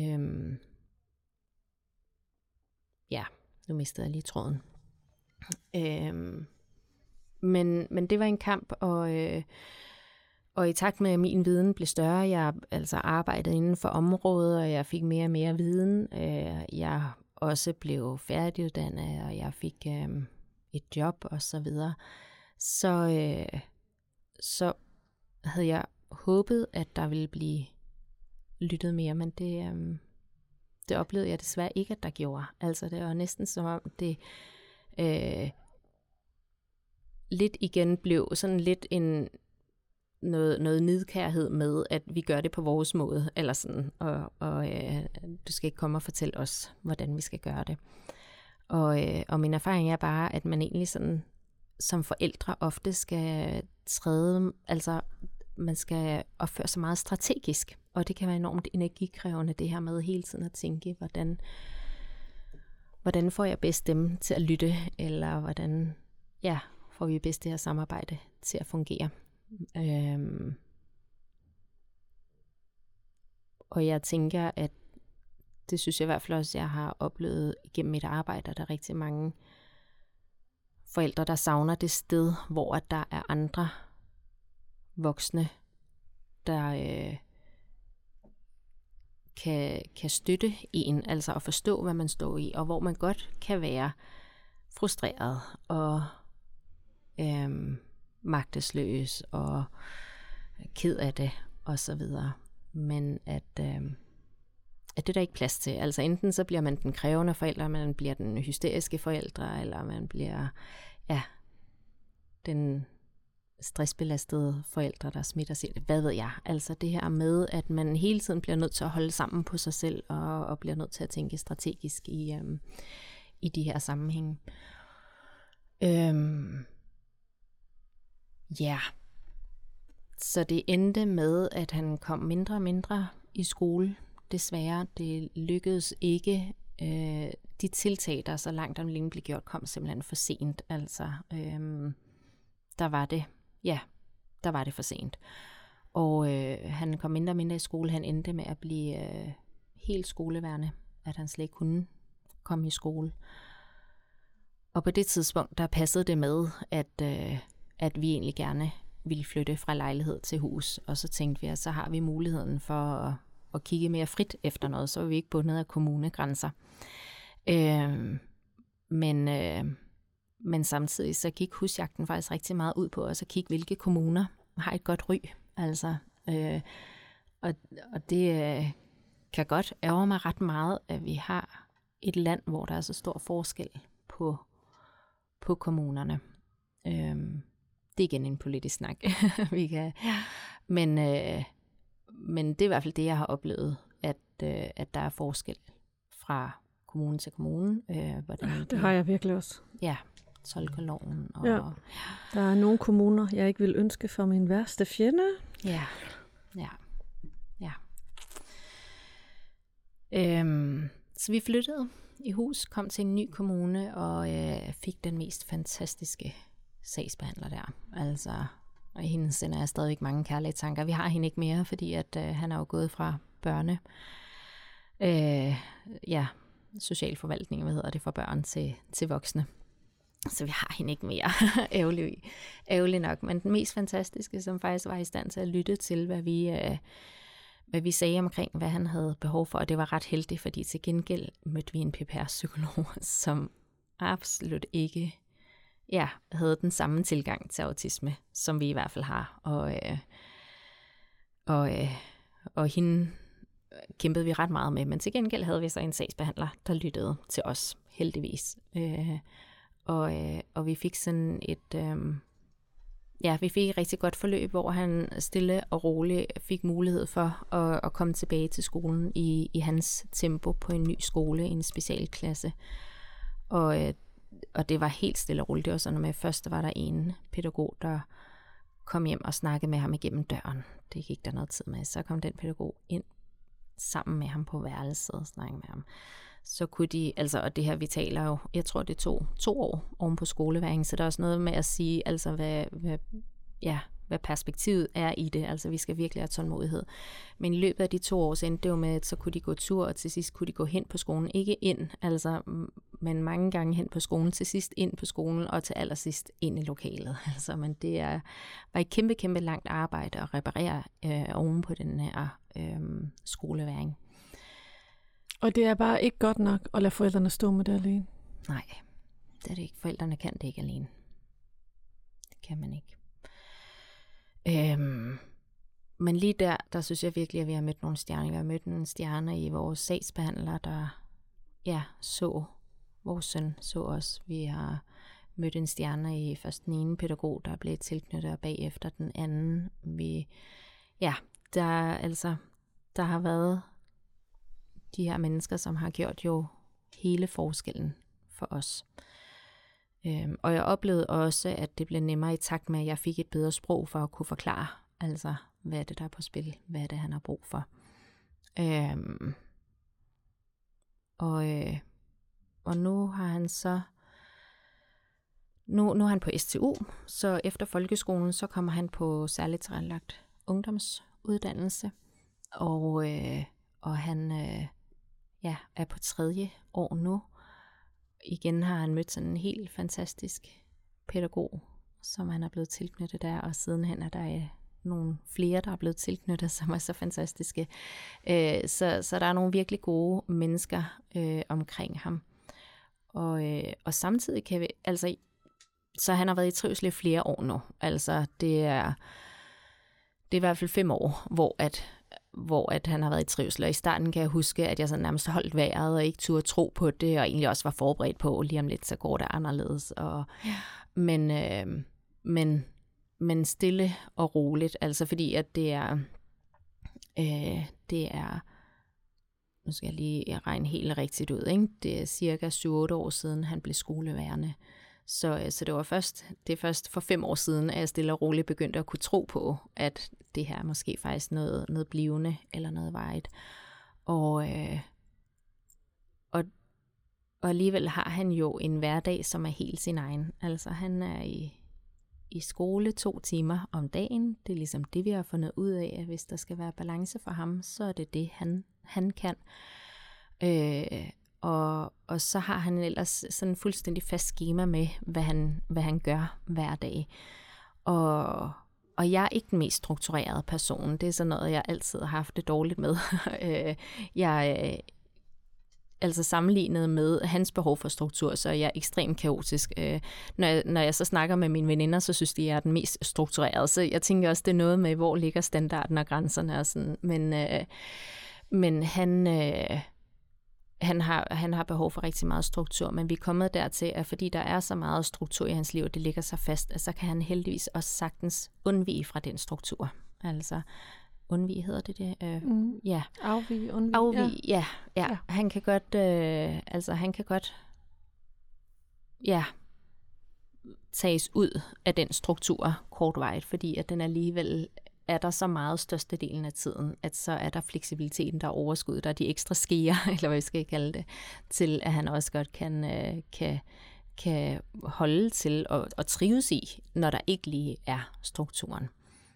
nu mistede jeg lige tråden. Men det var en kamp, og i takt med, at min viden blev større, jeg altså arbejdede inden for området, og jeg fik mere og mere viden. Jeg også blev færdiguddannet, og jeg fik et job og så videre. Så havde jeg håbet, at der ville blive lyttet mere, men det oplevede jeg desværre ikke, at der gjorde. Altså det var næsten som om det lidt igen blev sådan lidt noget nidkærhed med, at vi gør det på vores måde, eller sådan, og du skal ikke komme og fortælle os, hvordan vi skal gøre det. Og min erfaring er bare, at man egentlig sådan, som forældre ofte skal træde, altså man skal opføre sig meget strategisk, og det kan være enormt energikrævende, det her med hele tiden at tænke, hvordan får jeg bedst dem til at lytte, eller hvordan får vi bedst det her samarbejde til at fungere. Og jeg tænker, at det synes jeg i hvert fald også, jeg har oplevet gennem mit arbejde, at der er rigtig mange forældre, der savner det sted, hvor der er andre voksne, der kan støtte en, altså at forstå, hvad man står i, og hvor man godt kan være frustreret og magtesløs og ked af det og så videre. Men at det er der ikke plads til. Altså enten så bliver man den krævende forælder, man bliver den hysteriske forældre, eller man bliver den stressbelastede forældre, der smitter sig. Hvad ved jeg? Altså det her med, at man hele tiden bliver nødt til at holde sammen på sig selv, og bliver nødt til at tænke strategisk i de her sammenhænge. Så det endte med, at han kom mindre og mindre i skole. Desværre, det lykkedes ikke. De tiltag, der så langt om længe blev gjort, kom simpelthen for sent. Altså, der var det for sent. Og han kom mindre og mindre i skole. Han endte med at blive helt skoleværende, at han slet ikke kunne komme i skole. Og på det tidspunkt, der passede det med, at vi egentlig gerne ville flytte fra lejlighed til hus. Og så tænkte vi, at så har vi muligheden for at kigge mere frit efter noget, så er vi ikke bundet af kommunegrænser. Men samtidig så gik husjagten faktisk rigtig meget ud på os at kigge, hvilke kommuner har et godt ry. Altså, og det kan godt ærge mig ret meget, at vi har et land, hvor der er så stor forskel på kommunerne. Det er igen en politisk snak. Men det er i hvert fald det, jeg har oplevet, at der er forskel fra kommune til kommune. Det har jeg virkelig også. Ja, tolker loven. Og, der er nogle kommuner, jeg ikke vil ønske for min værste fjende. Ja. Så vi flyttede i hus, kom til en ny kommune og fik den mest fantastiske sagsbehandler der. Altså, og i hende sender jeg stadigvæk mange kærlige tanker. Vi har hende ikke mere, fordi at han er jo gået fra socialforvaltning, fra børn til voksne. Så vi har hende ikke mere. Ærgerlig nok. Men den mest fantastiske, som faktisk var i stand til at lytte til, hvad vi sagde omkring, hvad han havde behov for. Og det var ret heldigt, fordi til gengæld mødte vi en PPR-psykolog, som absolut ikke havde den samme tilgang til autisme, som vi i hvert fald har. Og hende kæmpede vi ret meget med, men til gengæld havde vi så en sagsbehandler, der lyttede til os, heldigvis. Og vi fik sådan vi fik et rigtig godt forløb, hvor han stille og roligt fik mulighed for at komme tilbage til skolen i hans tempo på en ny skole, en specialklasse. Og det var helt stille og roligt. Det var sådan, med først var der en pædagog, der kom hjem og snakkede med ham igennem døren. Det gik der noget tid med. Så kom den pædagog ind sammen med ham på værelset og snakkede med ham. Så kunne de, altså, og det her vi taler jo, jeg tror det tog 2 år oven på skoleværing, så der er også noget med at sige, altså hvad perspektivet er i det. Altså vi skal virkelig have tålmodighed. Men i løbet af de 2 år, så endte det jo med, at så kunne de gå tur, og til sidst kunne de gå hen på skolen. Ikke ind, altså, men mange gange hen på skolen, til sidst ind på skolen, og til allersidst ind i lokalet. Altså, men det var et kæmpe, kæmpe langt arbejde at reparere oven på den her skoleværing. Og det er bare ikke godt nok at lade forældrene stå med det alene? Nej, det er det ikke. Forældrene kan det ikke alene. Det kan man ikke. Men lige der synes jeg virkelig, at vi har mødt nogle stjerner. Vi har mødt en stjerne i vores sagsbehandler, der så vores søn, så os. Vi har mødt en stjerne i først den ene pædagog, der er blevet tilknyttet, og bagefter den anden. Der har været de her mennesker, som har gjort jo hele forskellen for os. Og jeg oplevede også, at det blev nemmere i takt med, at jeg fik et bedre sprog for at kunne forklare, altså hvad er det, der er på spil, hvad er det, han har brug for. Og nu har han så, nu er han på STU, så efter folkeskolen, så kommer han på særligt tilrettelagt ungdomsuddannelse, og han er på 3. år nu. Igen har han mødt sådan en helt fantastisk pædagog, som han er blevet tilknyttet der, og sidenhen er der nogle flere, der er blevet tilknyttet, som er så fantastiske. Så der er nogle virkelig gode mennesker omkring ham. Og samtidig kan vi, altså, så han har været i trivsel i flere år nu. Altså, det er i hvert fald 5 år, hvor han har været i trivsel. Og i starten kan jeg huske, at jeg så nærmest holdt vejret og ikke turde tro på det, og egentlig også var forberedt på, lige om lidt, så går det anderledes. Men stille og roligt, altså fordi at det er, nu skal jeg lige regne helt rigtigt ud, ikke? Det er cirka 7-8 år siden, han blev skoleværende. Så det er først for 5 år siden, at jeg stille og roligt begyndte at kunne tro på, at det her er måske faktisk noget blivende eller noget varigt. Og alligevel har han jo en hverdag, som er helt sin egen. Altså han er i skole 2 timer om dagen. Det er ligesom det, vi har fundet ud af, at hvis der skal være balance for ham, så er det han kan. Og så har han ellers sådan en fuldstændig fast schema med, hvad han gør hver dag. Og jeg er ikke den mest strukturerede person. Det er sådan noget, jeg altid har haft det dårligt med. Altså sammenlignet med hans behov for struktur, så er jeg ekstremt kaotisk. Når jeg så snakker med mine veninder, så synes de, at jeg er den mest strukturerede. Så jeg tænker også, det er noget med, hvor ligger standarden og grænserne og sådan. Men han har behov for rigtig meget struktur, men vi er kommet dertil, at fordi der er så meget struktur i hans liv, og det ligger så fast, at så kan han heldigvis også sagtens undvige fra den struktur. Altså, undvige hedder det? Ja. Afvige, ja. Han kan godt, tages ud af den struktur kortvarigt, fordi at den alligevel er der så meget størstedelen af tiden, at så er der fleksibiliteten, der er overskud, der er de ekstra skeer, eller hvad vi skal kalde det, til at han også godt kan holde til og trives i, når der ikke lige er strukturen.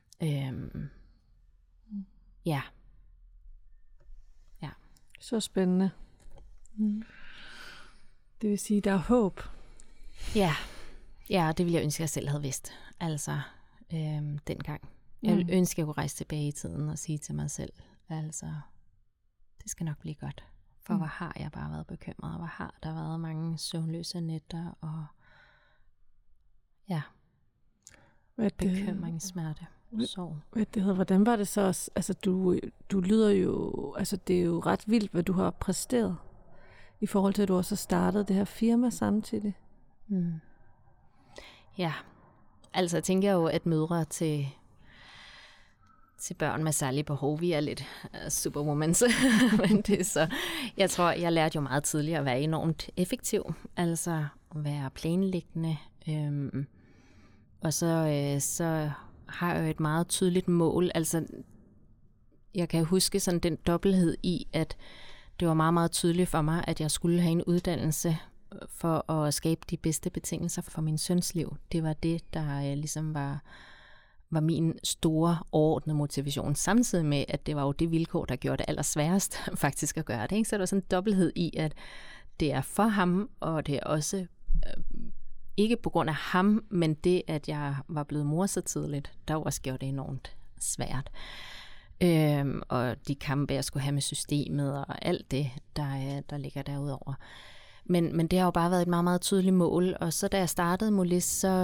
Ja. Så spændende. Det vil sige, der er håb. Ja, det ville jeg ønske, jeg selv havde vidst. Altså, dengang. Jeg ville ønske, jeg kunne rejse tilbage i tiden og sige til mig selv, altså, det skal nok blive godt. For hvor har jeg bare været bekymret, hvor har der været mange søvnløse nætter, og bekymring, smerte, sorg. Hvordan var det så også? Altså, du lyder jo, altså det er jo ret vildt, hvad du har præsteret, i forhold til, at du også startede det her firma samtidig. Ja, altså jeg tænker jo, at mødre til børn med særlige behov, vi er lidt superwomans. Men det er så, jeg tror, jeg lærte jo meget tidligere at være enormt effektiv, altså at være planlæggende, og så har jeg jo et meget tydeligt mål, altså jeg kan huske sådan den dobbelthed i, at det var meget, meget tydeligt for mig, at jeg skulle have en uddannelse for at skabe de bedste betingelser for min søns liv. Det var det, der ligesom var min store overordnede motivation, samtidig med, at det var jo det vilkår, der gjorde det allersværest faktisk at gøre det. Ikke? Så der var sådan en dobbelthed i, at det er for ham, og det er også ikke på grund af ham, men det, at jeg var blevet mor så tidligt, der var også gjort det enormt svært. Og de kampe, jeg skulle have med systemet, og alt det, der ligger derudover. Men det har jo bare været et meget, meget tydeligt mål, og så da jeg startede Molis,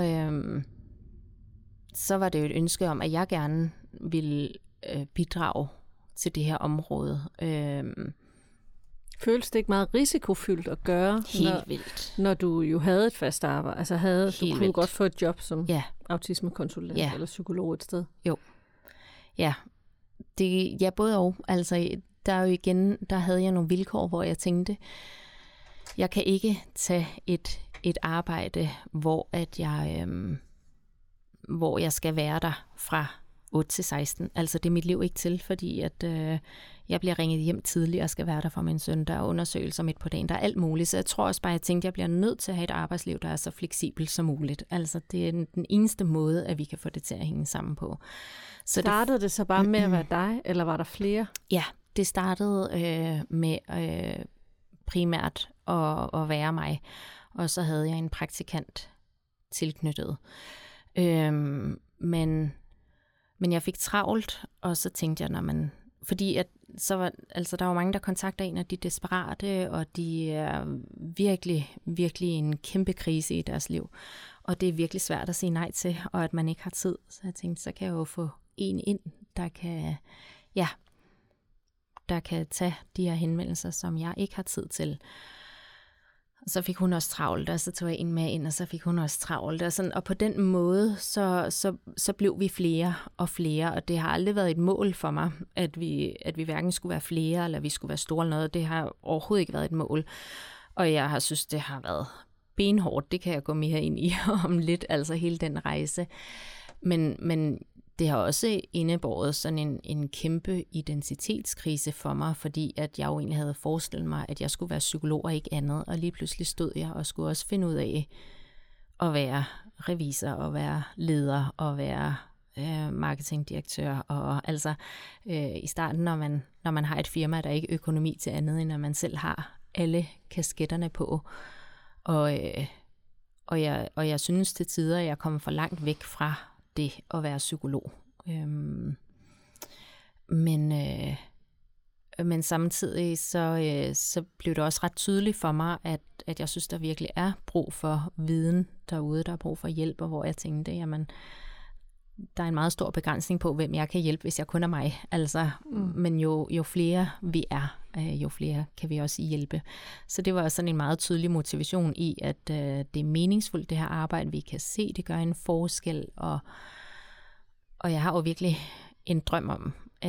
så var det jo et ønske om, at jeg gerne ville bidrage til det her område. Føles det ikke meget risikofyldt at gøre, når du jo havde et fast arbejde? Altså du kunne godt få et job som autismekonsulent eller psykolog et sted? Jo. Ja. Både og. Altså, der havde jeg nogle vilkår, hvor jeg tænkte, jeg kan ikke tage et arbejde, hvor jeg skal være der fra 8 til 16. Altså det er mit liv ikke til, fordi at jeg bliver ringet hjem tidligt og skal være der for min søn. Der er undersøgelser midt på dagen, der er alt muligt. Så jeg tror også bare, jeg tænkte, at jeg bliver nødt til at have et arbejdsliv, der er så fleksibelt som muligt. Altså det er den eneste måde, at vi kan få det til at hænge sammen på. Så startede det så bare med at være dig, eller var der flere? Ja, det startede med primært at være mig. Og så havde jeg en praktikant tilknyttet. Men jeg fik travlt, og så tænkte jeg, fordi at der var mange, der kontakter en, og de er desperate, og de er virkelig, virkelig i en kæmpe krise i deres liv. Og det er virkelig svært at sige nej til, og at man ikke har tid. Så jeg tænkte, så kan jeg jo få en ind, der kan tage de her henvendelser, som jeg ikke har tid til. Så fik hun også travlt, og så tog jeg en med ind, og så fik hun også travlt. Og på den måde, så blev vi flere og flere, og det har aldrig været et mål for mig, at vi hverken skulle være flere, eller vi skulle være store eller noget. Det har overhovedet ikke været et mål. Og jeg har synes, det har været benhårdt. Det kan jeg gå mere ind i om lidt, altså hele den rejse. Men det har også indebåret sådan en kæmpe identitetskrise for mig, fordi at jeg jo egentlig havde forestillet mig, at jeg skulle være psykolog og ikke andet, og lige pludselig stod jeg og skulle også finde ud af at være revisor og være leder og være marketingdirektør. Og i starten, når man har et firma, der er ikke økonomi til andet, end at man selv har alle kasketterne på. Og jeg synes til tider, at jeg kommer for langt væk fra det at være psykolog. Men samtidig så blev det også ret tydeligt for mig, at jeg synes, der virkelig er brug for viden derude, der er brug for hjælp, og hvor jeg tænkte, jamen, der er en meget stor begrænsning på, hvem jeg kan hjælpe, hvis jeg kun er mig. Men jo flere vi er, jo flere kan vi også hjælpe. Så det var sådan en meget tydelig motivation i, at det er meningsfuldt, det her arbejde, vi kan se, det gør en forskel, og jeg har jo virkelig en drøm om,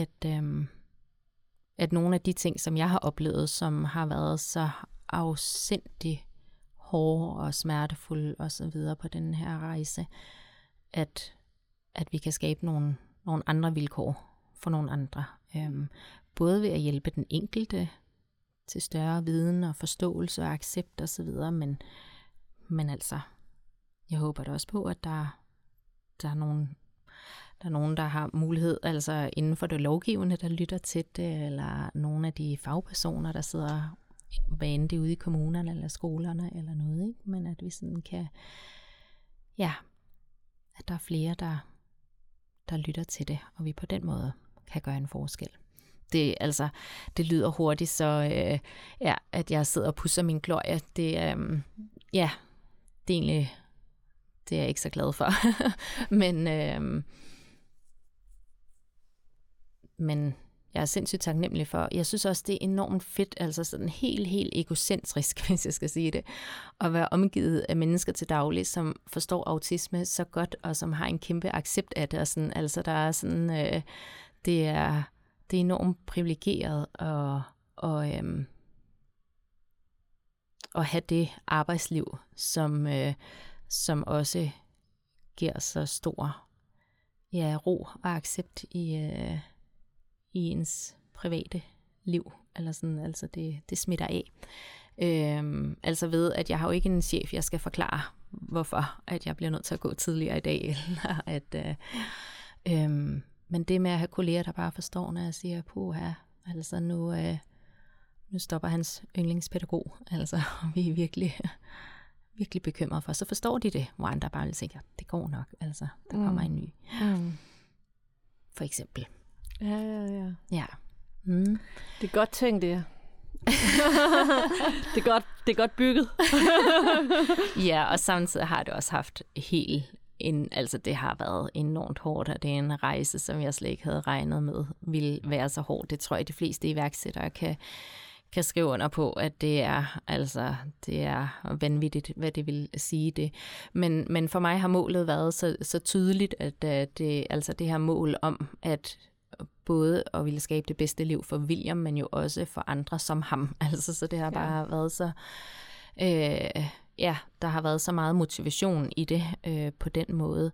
at nogle af de ting, som jeg har oplevet, som har været så afsindigt hårde og smertefulde og så videre på den her rejse, at vi kan skabe nogle andre vilkår for nogle andre. Både ved at hjælpe den enkelte til større viden og forståelse og accept og så videre, men altså, jeg håber da også på, at der er nogen, der har mulighed, altså inden for det lovgivende, der lytter til det, eller nogle af de fagpersoner, der sidder vandet ude i kommunerne eller skolerne eller noget, ikke? Men at vi sådan kan, at der er flere, der lytter til det, og vi på den måde kan gøre en forskel. Det lyder hurtigt, så at jeg sidder og pusser min glorie, det er egentlig, det er jeg ikke så glad for. Men jeg er sindssygt taknemmelig for. Jeg synes også, det er enormt fedt, altså sådan helt egocentrisk, hvis jeg skal sige det, at være omgivet af mennesker til daglig, som forstår autisme så godt, og som har en kæmpe accept af det. Og sådan, altså der er sådan, det er enormt privilegeret at have det arbejdsliv, som også giver så stor ro og accept i ens private liv, eller sådan, altså det smitter af. Altså ved, at jeg har jo ikke en chef, jeg skal forklare, hvorfor at jeg bliver nødt til at gå tidligere i dag, eller Men det med at have kolleger, der bare forstår, når jeg siger, puha, altså nu stopper hans yndlingspædagog, altså, og vi er virkelig bekymrede for, så forstår de det, hvor andre bare vil sige, det går nok, altså, der kommer en ny. For eksempel. Ja. Ja. Det er godt tænkt, det her. det er godt bygget. Ja, og samtidig har det også haft altså det har været enormt hårdt, og det er en rejse, som jeg slet ikke havde regnet med, ville være så hårdt. Det tror jeg, de fleste iværksættere kan skrive under på, at det er vanvittigt, hvad det vil sige det. Men for mig har målet været så tydeligt, at det her mål om, at både at ville skabe det bedste liv for William, men jo også for andre som ham. Altså, så det har bare været så... der har været så meget motivation i det på den måde.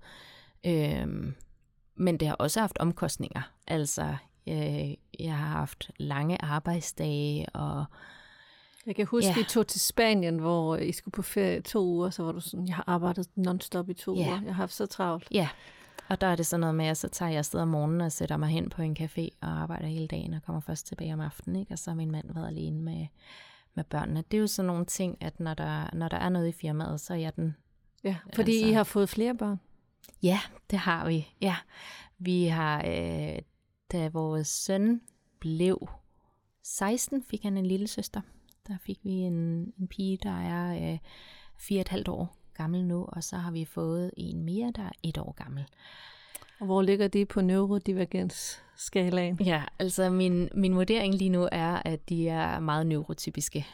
Men det har også haft omkostninger. Altså, jeg har haft lange arbejdsdage, og... Jeg kan huske, I tog til Spanien, hvor I skulle på ferie 2 uger, så var du sådan, jeg har arbejdet non-stop i 2 uger. Jeg har haft så travlt. Ja, og der er det sådan noget med, at så tager jeg afsted om morgenen og sætter mig hen på en café og arbejder hele dagen og kommer først tilbage om aftenen, ikke? Og så har min mand været alene med børnene. Det er jo sådan nogle ting, at når der er noget i firmaet, så er jeg den... Ja, fordi I har fået flere børn? Ja, det har vi. Ja, vi har... da vores søn blev 16, fik han en lille søster. Der fik vi en pige, der er 4,5 år gammel nu, og så har vi fået en mere, der er 1 år gammel. Og hvor ligger de på neurodivergens-skalaen? Ja, altså min vurdering lige nu er, at de er meget neurotypiske.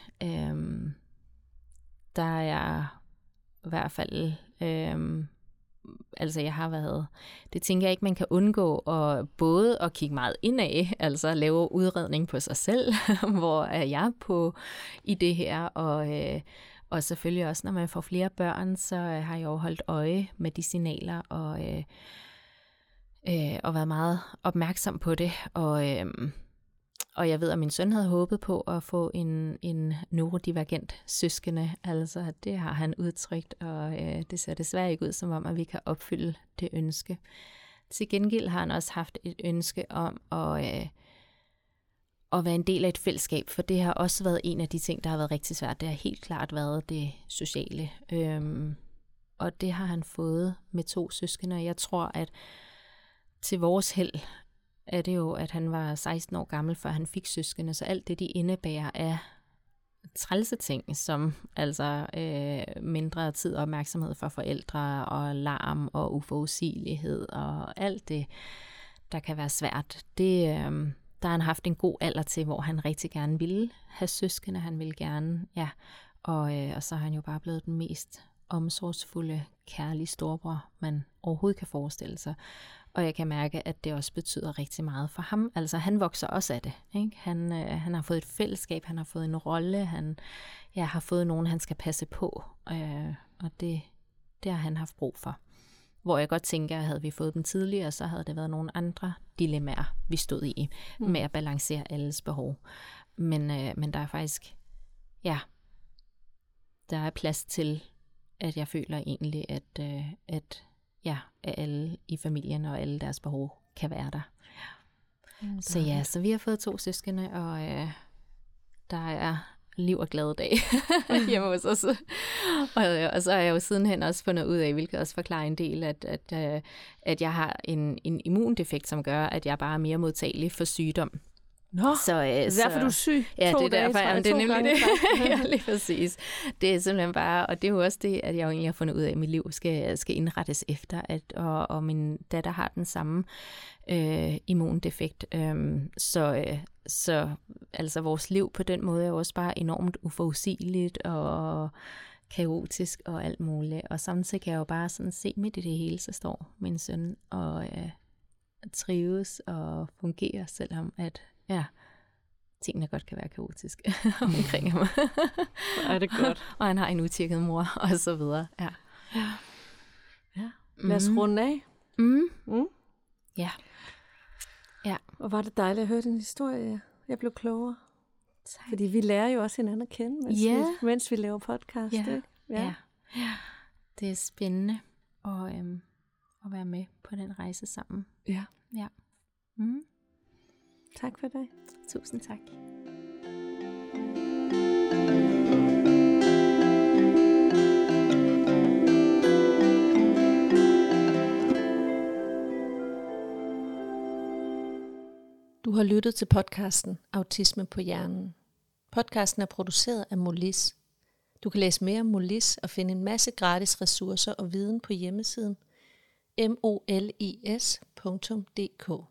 Der er i hvert fald... jeg har været... Det tænker jeg ikke, man kan undgå både at kigge meget indad, altså lave udredning på sig selv, hvor er jeg på i det her, og selvfølgelig også, når man får flere børn, så har jeg jo holdt øje med de signaler, og været meget opmærksom på det, og jeg ved, at min søn havde håbet på at få en neurodivergent søskende, altså det har han udtrykt, og det ser desværre ikke ud som om, at vi kan opfylde det ønske. Til gengæld har han også haft et ønske om at være en del af et fællesskab, for det har også været en af de ting, der har været rigtig svært. Det har helt klart været det sociale, og det har han fået med 2 søskende, og jeg tror, at til vores held er det jo, at han var 16 år gammel, før han fik søskende, så alt det, de indebærer, er trælse ting, som altså mindre tid og opmærksomhed for forældre, og larm og uforudsigelighed, og alt det, der kan være svært. Der har han haft en god alder til, hvor han rigtig gerne ville have søskende, han ville gerne, og så har han jo bare blevet den mest omsorgsfulde, kærlige storebror, man overhovedet kan forestille sig. Og jeg kan mærke, at det også betyder rigtig meget for ham. Altså, han vokser også af det, ikke? Han har fået et fællesskab, han har fået en rolle, han har fået nogen, han skal passe på. Og det har han haft brug for. Hvor jeg godt tænker, at havde vi fået dem tidligere, så havde det været nogle andre dilemmaer, vi stod i, med at balancere alles behov. Men der er faktisk, der er plads til, at jeg føler egentlig, at alle i familien og alle deres behov kan være der. Så vi har fået 2 søskende, og der er liv og glade dag hjemme hos os. Og så har jeg jo sidenhen også fundet ud af, hvilket også forklarer en del, at jeg har en immundefekt, som gør, at jeg bare er mere modtagelig for sygdom. Nå, så det er derfor, du er syg. Ja, 2 det er derfor, dage, det er nemlig det. Ja, lige præcis. Det er simpelthen bare, og det er jo også det, at jeg jo egentlig har fundet ud af, at mit liv skal indrettes efter, og min datter har den samme immundefekt. Så altså vores liv på den måde er jo også bare enormt uforudsigeligt og kaotisk og alt muligt. Og samtidig kan jeg jo bare sådan se midt i det hele, så står min søn og trives og fungerer, selvom at tingene godt kan være kaotiske omkring ham. Er det godt. Og han har en udtjekket mor, og så videre. Ja. Lad os runde af. Ja. Og var det dejligt at høre din historie. Jeg blev klogere. Tak. Fordi vi lærer jo også hinanden at kende, mens vi laver podcast. Ja. Det er spændende at være med på den rejse sammen. Ja. Ja. Tak for det. Tusind tak. Du har lyttet til podcasten Autisme på hjernen. Podcasten er produceret af Molis. Du kan læse mere om Molis og finde en masse gratis ressourcer og viden på hjemmesiden molis.dk.